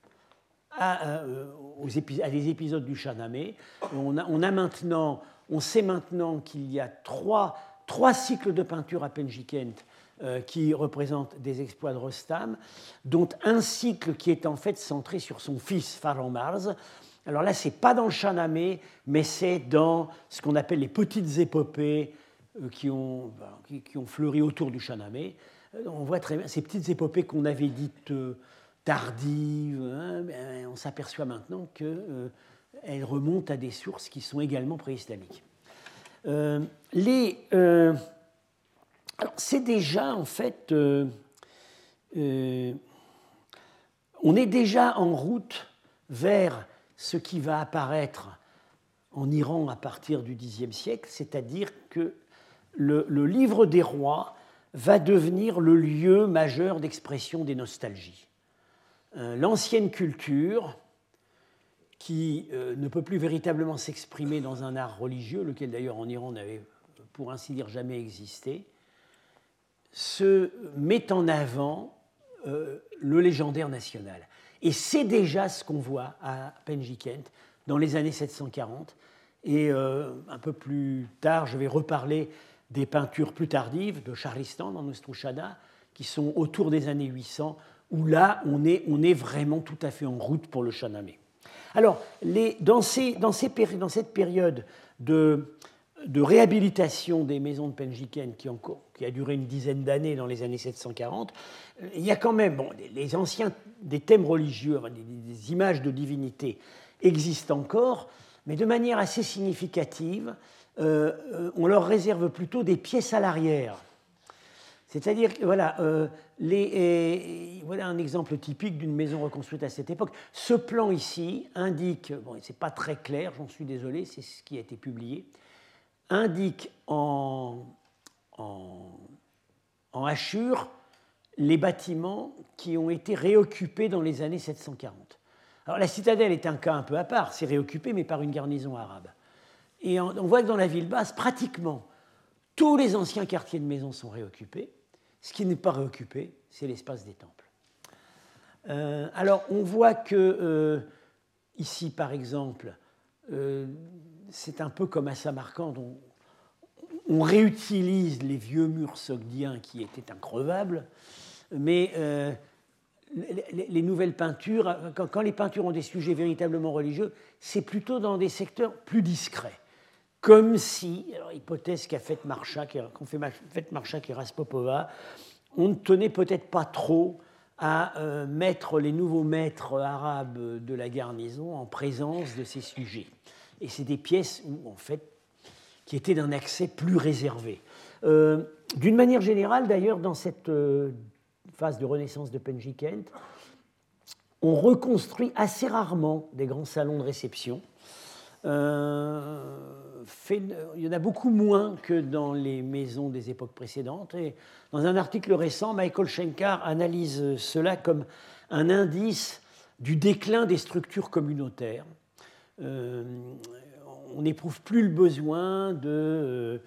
à, euh, aux épi- à des épisodes du Shahnameh. On a, on a maintenant, on sait maintenant qu'il y a trois, trois cycles de peinture à Penjikent euh, qui représentent des exploits de Rostam, dont un cycle qui est en fait centré sur son fils, Faromars. Alors là, ce n'est pas dans le Shahnameh, mais c'est dans ce qu'on appelle les petites épopées euh, qui, ont, ben, qui, qui ont fleuri autour du Shahnameh. On voit très bien ces petites épopées qu'on avait dites euh, tardives, hein, ben, on s'aperçoit maintenant qu'elles euh, remontent à des sources qui sont également préislamiques. Euh, les, euh, alors c'est déjà en fait, euh, euh, on est déjà en route vers ce qui va apparaître en Iran à partir du Xe siècle, c'est-à-dire que le, le livre des rois va devenir le lieu majeur d'expression des nostalgies. Euh, l'ancienne culture, qui euh, ne peut plus véritablement s'exprimer dans un art religieux, lequel d'ailleurs en Iran n'avait pour ainsi dire jamais existé, se met en avant euh, le légendaire national. Et c'est déjà ce qu'on voit à Penjikent dans les années sept cent quarante. Et euh, un peu plus tard, je vais reparler des peintures plus tardives de Shahristan dans Nostrouchada, qui sont autour des années huit cents, où là, on est, on est vraiment tout à fait en route pour le Shahnameh. Alors, les, dans, ces, dans, ces, dans cette période de, de réhabilitation des maisons de Penjikent, qui, encore, qui a duré une dizaine d'années dans les années sept cent quarante, il y a quand même, bon, les anciens, des thèmes religieux, des, des images de divinités existent encore, mais de manière assez significative, euh, on leur réserve plutôt des pièces à l'arrière. C'est-à-dire, voilà, euh, les, et, voilà un exemple typique d'une maison reconstruite à cette époque. Ce plan ici indique, bon, c'est pas très clair, j'en suis désolé, c'est ce qui a été publié, indique en, en, en hachure les bâtiments qui ont été réoccupés dans les années sept cent quarante. Alors la citadelle est un cas un peu à part, c'est réoccupé, mais par une garnison arabe. Et on voit que dans la ville basse, pratiquement tous les anciens quartiers de maisons sont réoccupés. Ce qui n'est pas réoccupé, c'est l'espace des temples. Euh, alors on voit que euh, ici, par exemple, euh, c'est un peu comme à Samarcande, on, on réutilise les vieux murs sogdiens qui étaient increvables, mais euh, les, les nouvelles peintures, quand, quand les peintures ont des sujets véritablement religieux, c'est plutôt dans des secteurs plus discrets. Comme si, alors hypothèse qu'a faite Marchak, qu'ont fait, fait Marchak et Raspopova, on ne tenait peut-être pas trop à euh, mettre les nouveaux maîtres arabes de la garnison en présence de ces sujets. Et c'est des pièces où, en fait, qui étaient d'un accès plus réservé. Euh, d'une manière générale, d'ailleurs, dans cette euh, phase de renaissance de Penjikent, on reconstruit assez rarement des grands salons de réception. Euh, fait, il y en a beaucoup moins que dans les maisons des époques précédentes. Et dans un article récent, Michael Schenkar analyse cela comme un indice du déclin des structures communautaires. Euh, on n'éprouve plus le besoin de,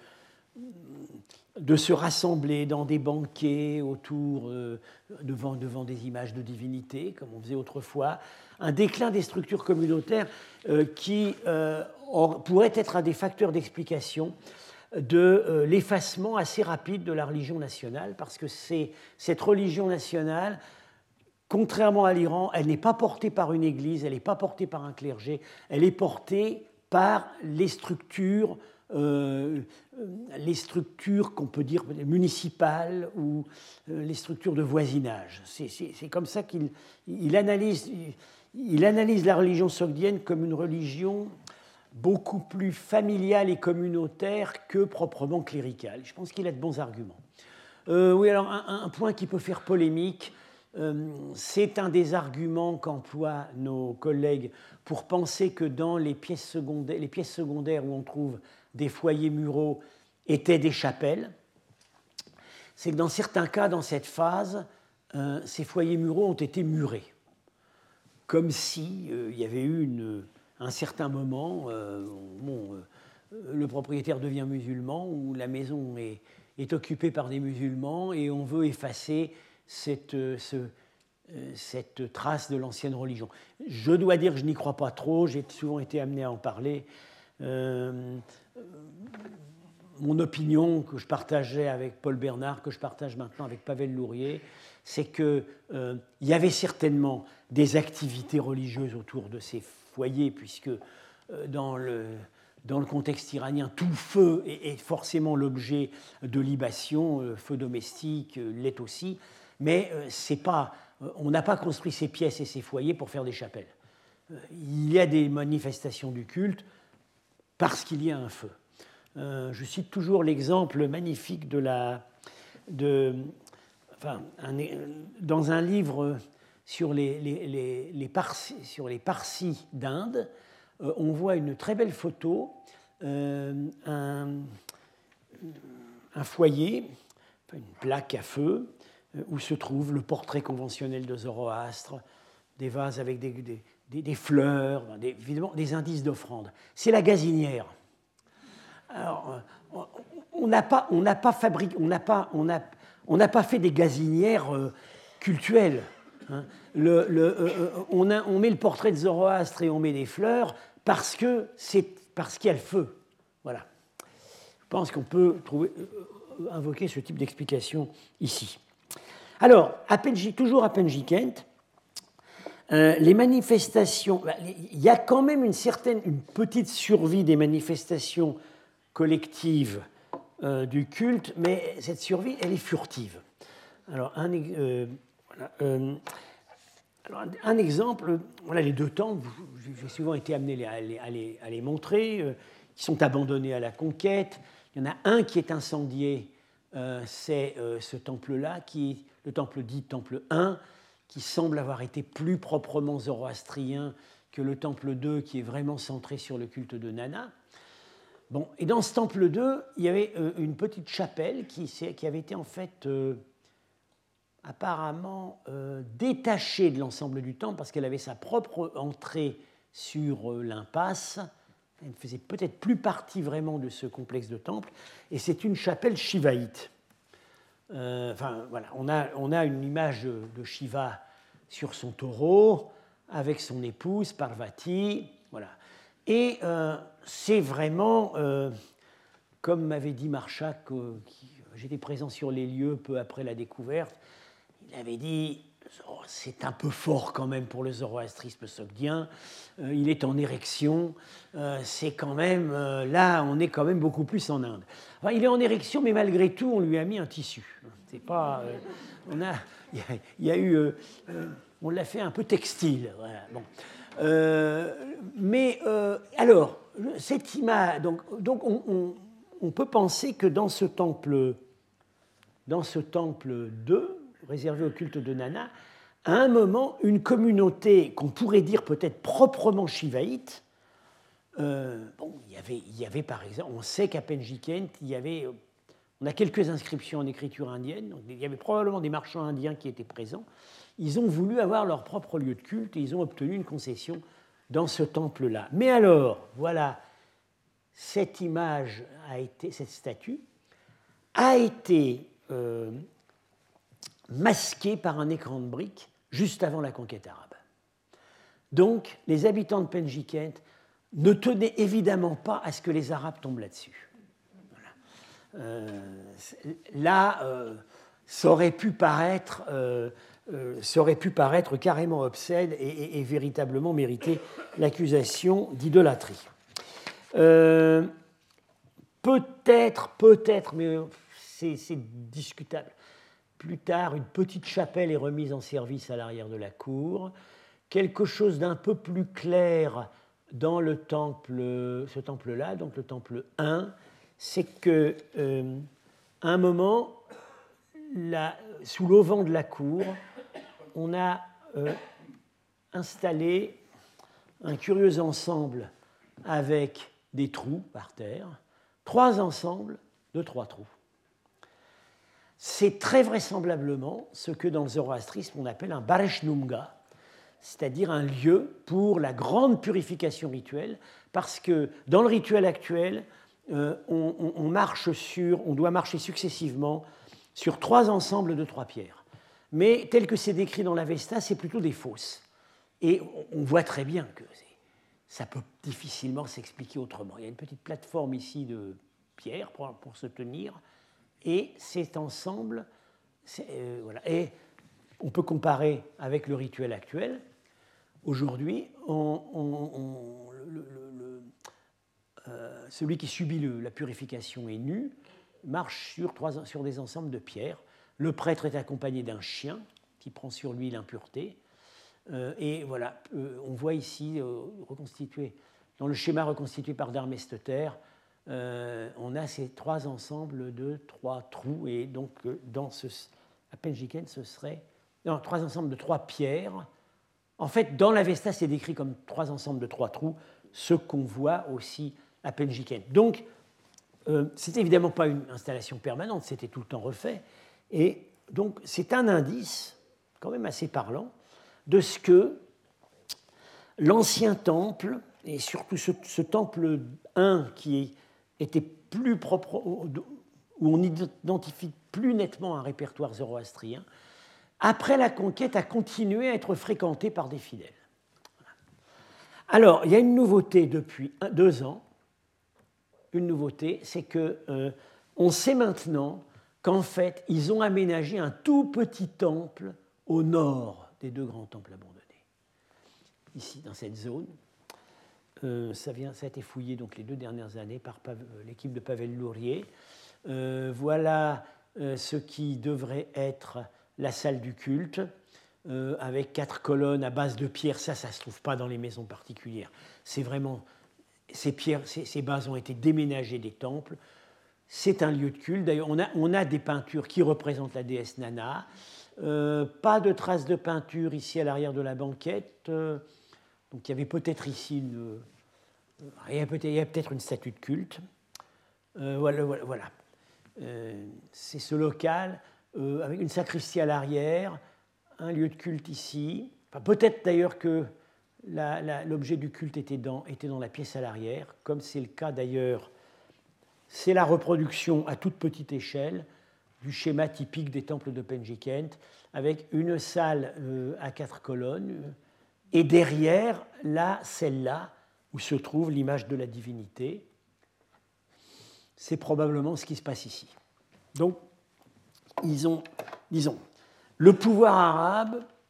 de se rassembler dans des banquets autour, euh, devant, devant des images de divinités, comme on faisait autrefois. Un déclin des structures communautaires euh, qui euh, or, pourrait être un des facteurs d'explication de euh, l'effacement assez rapide de la religion nationale, parce que c'est cette religion nationale, contrairement à l'Iran, elle n'est pas portée par une église, elle n'est pas portée par un clergé, elle est portée par les structures, euh, les structures qu'on peut dire municipales ou euh, les structures de voisinage. C'est, c'est, c'est comme ça qu'il il analyse, il, il analyse la religion sogdienne comme une religion beaucoup plus familiale et communautaire que proprement cléricale. Je pense qu'il a de bons arguments. Euh, oui, alors un, un point qui peut faire polémique, euh, c'est un des arguments qu'emploient nos collègues pour penser que dans les pièces secondaires, les pièces secondaires où on trouve des foyers muraux étaient des chapelles. C'est que dans certains cas, dans cette phase, euh, ces foyers muraux ont été murés, comme si euh, il y avait eu une, un certain moment, euh, bon, euh, le propriétaire devient musulman ou la maison est, est occupée par des musulmans et on veut effacer cette, ce, cette trace de l'ancienne religion. Je dois dire que je n'y crois pas trop, j'ai souvent été amené à en parler. Euh, mon opinion que je partageais avec Paul Bernard, que je partage maintenant avec Pavel Lourier, c'est qu'il euh, y avait certainement des activités religieuses autour de ces foyers, puisque euh, dans, le, dans le contexte iranien, tout feu est, est forcément l'objet de libation, euh, feu domestique euh, l'est aussi, mais euh, c'est pas, euh, on n'a pas construit ces pièces et ces foyers pour faire des chapelles. Euh, il y a des manifestations du culte parce qu'il y a un feu. Euh, je cite toujours l'exemple magnifique de la... De, enfin, un, dans un livre sur les, les, les, les, Parsis, sur les Parsis d'Inde, euh, on voit une très belle photo, euh, un, un foyer, une plaque à feu, euh, où se trouve le portrait conventionnel de Zoroastre, des vases avec des, des, des, des fleurs, des, évidemment des indices d'offrande. C'est la gazinière. Alors, on n'a pas, on n'a pas fabriqué, on n'a pas, on a, on n'a pas fait des gazinières euh, cultuelles. Hein. Le, le, euh, on, a, on met le portrait de Zoroastre et on met des fleurs parce que c'est parce qu'il y a le feu. Voilà. Je pense qu'on peut trouver, euh, invoquer ce type d'explication ici. Alors, à Penji, toujours à Penjikent, euh, les manifestations, il y a quand même une certaine, une petite survie des manifestations collective euh, du culte, mais cette survie, elle est furtive. Alors, un, euh, voilà, euh, alors, un, un exemple, voilà les deux temples, j'ai souvent été amené à les, à les, à les montrer, euh, qui sont abandonnés à la conquête. Il y en a un qui est incendié, euh, c'est euh, ce temple-là, qui, le temple dit temple un, qui semble avoir été plus proprement zoroastrien que le temple deux, qui est vraiment centré sur le culte de Nana. Bon, et dans ce temple deux, il y avait euh, une petite chapelle qui, qui avait été en fait euh, apparemment euh, détachée de l'ensemble du temple parce qu'elle avait sa propre entrée sur euh, l'impasse. Elle ne faisait peut-être plus partie vraiment de ce complexe de temple. Et c'est une chapelle shivaïte. Euh, enfin, voilà, on a, on a une image de, de Shiva sur son taureau avec son épouse Parvati. Voilà. Et euh, c'est vraiment, euh, comme m'avait dit Marchak, euh, j'étais présent sur les lieux peu après la découverte, il avait dit, c'est un peu fort quand même pour le zoroastrisme sogdien. Euh, il est en érection. Euh, c'est quand même, euh, là, on est quand même beaucoup plus en Inde. Enfin, il est en érection, mais malgré tout, on lui a mis un tissu. C'est pas, euh, on a, il y, y, y a eu, euh, euh, on l'a fait un peu textile. Voilà, bon. Euh, mais euh, alors, cette image, donc, donc on, on, on peut penser que dans ce temple, dans ce temple deux, réservé au culte de Nana, à un moment, une communauté qu'on pourrait dire peut-être proprement shivaïte, euh, bon, il y avait, il y avait par exemple, on sait qu'à Penjikent, il y avait, on a quelques inscriptions en écriture indienne, donc il y avait probablement des marchands indiens qui étaient présents. Ils ont voulu avoir leur propre lieu de culte et ils ont obtenu une concession dans ce temple-là. Mais alors, voilà, cette image a été, cette statue a été euh, masquée par un écran de briques juste avant la conquête arabe. Donc, les habitants de Penjikent ne tenaient évidemment pas à ce que les Arabes tombent là-dessus. Voilà. Euh, là, euh, ça aurait pu paraître... Euh, Euh, ça aurait pu paraître carrément obscène et, et, et véritablement mériter l'accusation d'idolâtrie. Euh, peut-être, peut-être, mais c'est, c'est discutable. Plus tard, une petite chapelle est remise en service à l'arrière de la cour. Quelque chose d'un peu plus clair dans le temple, ce temple-là, donc le temple un, c'est que, euh, à un moment, la, sous l'auvent de la cour, on a euh, installé un curieux ensemble avec des trous par terre, trois ensembles de trois trous. C'est très vraisemblablement ce que dans le zoroastrisme on appelle un bareshnumga, c'est-à-dire un lieu pour la grande purification rituelle, parce que dans le rituel actuel, euh, on, on, on, marche sur, on doit marcher successivement sur trois ensembles de trois pierres. Mais tel que c'est décrit dans l'Avesta, c'est plutôt des fosses. Et on voit très bien que ça peut difficilement s'expliquer autrement. Il y a une petite plateforme ici de pierre pour, pour se tenir, et cet ensemble, euh, voilà. Et on peut comparer avec le rituel actuel. Aujourd'hui, on, on, on, le, le, le, euh, celui qui subit le, la purification est nu, marche sur, trois, sur des ensembles de pierres. Le prêtre est accompagné d'un chien qui prend sur lui l'impureté. Euh, et voilà, euh, on voit ici, euh, reconstitué, dans le schéma reconstitué par Darmesteter, euh, on a ces trois ensembles de trois trous. Et donc, euh, dans ce, à Penjikent, ce serait non, trois ensembles de trois pierres. En fait, dans l'Avesta, c'est décrit comme trois ensembles de trois trous, ce qu'on voit aussi à Penjikent. Donc, euh, ce n'était évidemment pas une installation permanente, c'était tout le temps refait. Et donc, c'est un indice, quand même assez parlant, de ce que l'ancien temple, et surtout ce, ce temple un qui était plus propre, où on identifie plus nettement un répertoire zoroastrien, après la conquête, a continué à être fréquenté par des fidèles. Alors, il y a une nouveauté depuis un, deux ans. Une nouveauté, c'est qu'on euh, sait maintenant qu'en fait, ils ont aménagé un tout petit temple au nord des deux grands temples abandonnés. Ici, dans cette zone, euh, ça, vient, ça a été fouillé donc, les deux dernières années par Pavel, l'équipe de Pavel Lourier. Euh, voilà euh, ce qui devrait être la salle du culte, euh, avec quatre colonnes à base de pierre. Ça, ça ne se trouve pas dans les maisons particulières. C'est vraiment... Ces, pierres, ces, ces bases ont été déménagées des temples. C'est un lieu de culte. D'ailleurs, on a, on a des peintures qui représentent la déesse Nana. Euh, pas de traces de peinture ici à l'arrière de la banquette. Euh, donc il y avait peut-être ici une, euh, il y a peut-être, il y a peut-être une statue de culte. Euh, voilà. voilà, voilà. Euh, c'est ce local euh, avec une sacristie à l'arrière, un lieu de culte ici. Enfin, peut-être d'ailleurs que la, la, l'objet du culte était dans, était dans la pièce à l'arrière, comme c'est le cas d'ailleurs. C'est la reproduction à toute petite échelle du schéma typique des temples de Penjikent, avec une salle euh, à quatre colonnes, et derrière, là, celle-là, où se trouve l'image de la divinité. C'est probablement ce qui se passe ici. Donc, ils ont, disons, le pouvoir arabe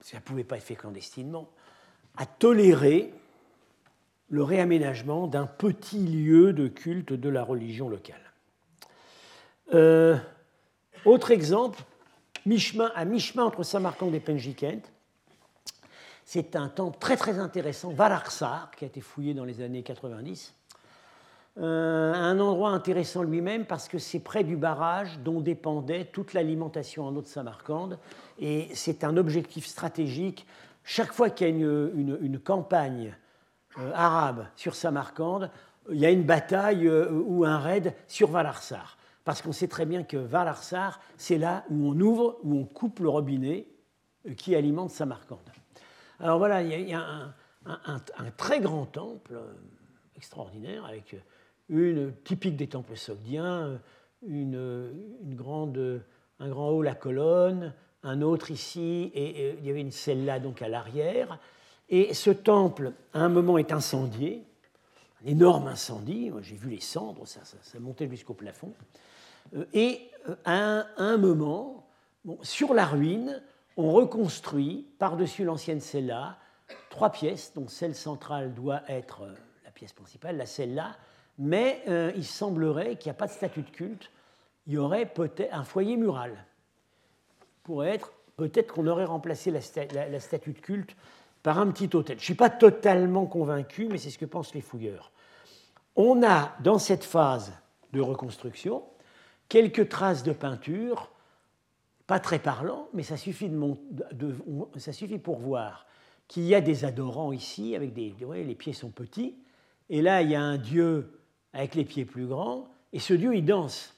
ça ne pouvait pas être fait clandestinement, a toléré le réaménagement d'un petit lieu de culte de la religion locale. Euh, autre exemple, mi-chemin, à mi-chemin entre Samarcande et Penjikent, c'est un temple très très intéressant, Valarsar, qui a été fouillé dans les années quatre-vingt-dix. Euh, un endroit intéressant lui-même parce que c'est près du barrage dont dépendait toute l'alimentation en eau de Samarcande. Et c'est un objectif stratégique. Chaque fois qu'il y a une, une, une campagne euh, arabe sur Samarcande, il y a une bataille euh, ou un raid sur Valarsar. Parce qu'on sait très bien que Valarsar, c'est là où on ouvre, où on coupe le robinet euh, qui alimente Samarcande. Alors voilà, il y a, il y a un, un, un, un très grand temple euh, extraordinaire avec une typique des temples sogdiens, une, une grande, un grand hall à colonnes, un autre ici, et, et il y avait une celle là donc à l'arrière. Et ce temple, à un moment, est incendié, un énorme incendie. Moi, j'ai vu les cendres, ça, ça, ça montait jusqu'au plafond. Et à un, à un moment, bon, sur la ruine, on reconstruit par-dessus l'ancienne cella trois pièces, dont celle centrale doit être la pièce principale, la cella. Mais euh, il semblerait qu'il n'y a pas de statue de culte. Il y aurait peut-être un foyer mural. Pourrait être, peut-être qu'on aurait remplacé la, sta- la, la statue de culte par un petit autel. Je ne suis pas totalement convaincu, mais c'est ce que pensent les fouilleurs. On a, dans cette phase de reconstruction, quelques traces de peinture, pas très parlant, mais ça suffit, de mont- de, ça suffit pour voir qu'il y a des adorants ici, avec des, ouais, les pieds sont petits, et là, il y a un dieu avec les pieds plus grands, et ce dieu, il danse.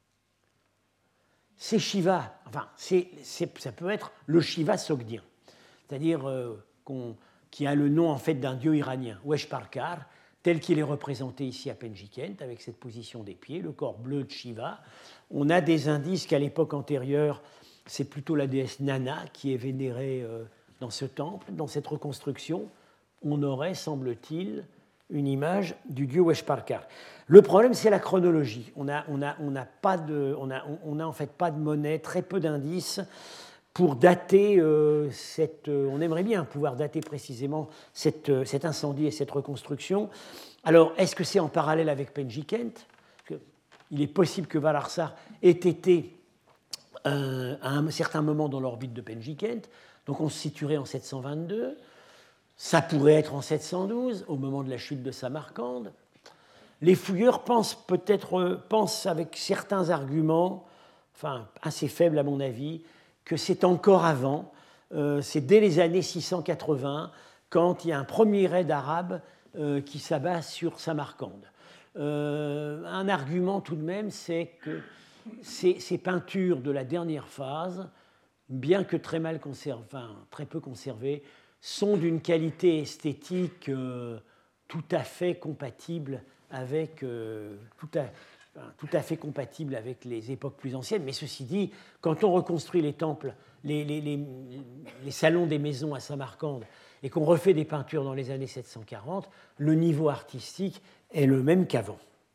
C'est Shiva, enfin, c'est, c'est, ça peut être le Shiva sogdien, c'est-à-dire euh, qu'on, qui a le nom en fait d'un dieu iranien, Weshparkar, tel qu'il est représenté ici à Penjikent, avec cette position des pieds, le corps bleu de Shiva. On a des indices qu'à l'époque antérieure, c'est plutôt la déesse Nana qui est vénérée euh, dans ce temple, dans cette reconstruction. On aurait, semble-t-il, une image du dieu Weshparkar. Le problème, c'est la chronologie. On n'a on a, on a pas de, on a, on a en fait pas de monnaie, très peu d'indices pour dater euh, cette. Euh, on aimerait bien pouvoir dater précisément cette, euh, cet incendie et cette reconstruction. Alors, est-ce que c'est en parallèle avec Penjikent ? Il est possible que Valarsar ait été euh, à un certain moment dans l'orbite de Penjikent, donc on se situerait en sept cent vingt-deux. Ça pourrait être en sept cent douze, au moment de la chute de Samarcande. Les fouilleurs pensent peut-être, pensent avec certains arguments, enfin assez faibles à mon avis, que c'est encore avant, euh, c'est dès les années six cent quatre-vingts, quand il y a un premier raid arabe euh, qui s'abat sur Samarcande. Euh, un argument tout de même, c'est que ces, ces peintures de la dernière phase, bien que très mal conservées, enfin très peu conservées, sont d'une qualité esthétique euh, tout à fait compatible avec euh, tout, à, enfin, tout à fait compatible avec les époques plus anciennes. Mais ceci dit, quand on reconstruit les temples, les, les, les, les salons des maisons à Samarcande, et qu'on refait des peintures dans les années sept cent quarante, le niveau artistique est le même qu'avant.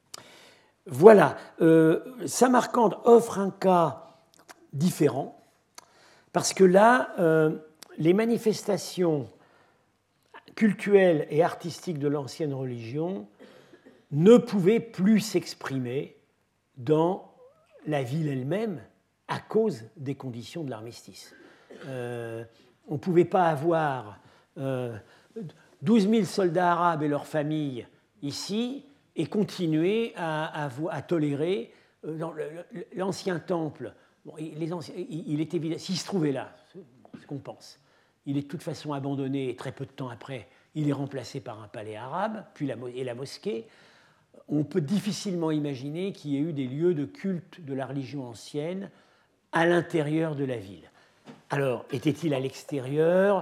Voilà, euh, Samarcande offre un cas différent, parce que là, euh, les manifestations cultuelles et artistiques de l'ancienne religion ne pouvaient plus s'exprimer dans la ville elle-même à cause des conditions de l'armistice. Euh, on ne pouvait pas avoir euh, douze mille soldats arabes et leurs familles ici et continuer à, à, à tolérer euh, dans le, l'ancien temple. Bon, les anciens, il, il est évident, s'il se trouvait là, ce qu'on pense, il est de toute façon abandonné et très peu de temps après, il est remplacé par un palais arabe, puis la, et la mosquée. On peut difficilement imaginer qu'il y ait eu des lieux de culte de la religion ancienne à l'intérieur de la ville. Alors, était-il à l'extérieur ?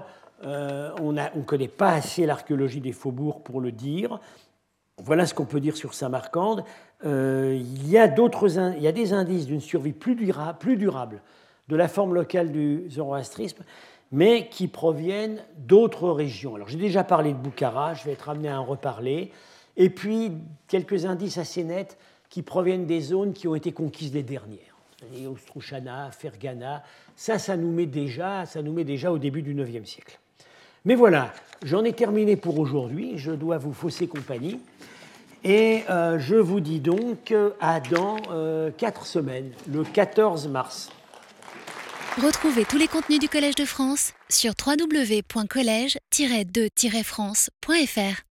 euh, On ne connaît pas assez l'archéologie des faubourgs pour le dire. Voilà ce qu'on peut dire sur Samarcande. Euh, il, y a d'autres, il y a des indices d'une survie plus durable, plus durable de la forme locale du zoroastrisme, mais qui proviennent d'autres régions. Alors, j'ai déjà parlé de Boukhara, je vais être amené à en reparler. Et puis, quelques indices assez nets qui proviennent des zones qui ont été conquises les dernières. les Austrouchana, Fergana, ça, ça nous met déjà, ça nous met déjà au début du neuvième siècle. Mais voilà, j'en ai terminé pour aujourd'hui, je dois vous fausser compagnie, et euh, je vous dis donc à dans euh, quatre semaines, le quatorze mars. Retrouvez tous les contenus du Collège de France sur w w w point collège tiret de tiret france point f r.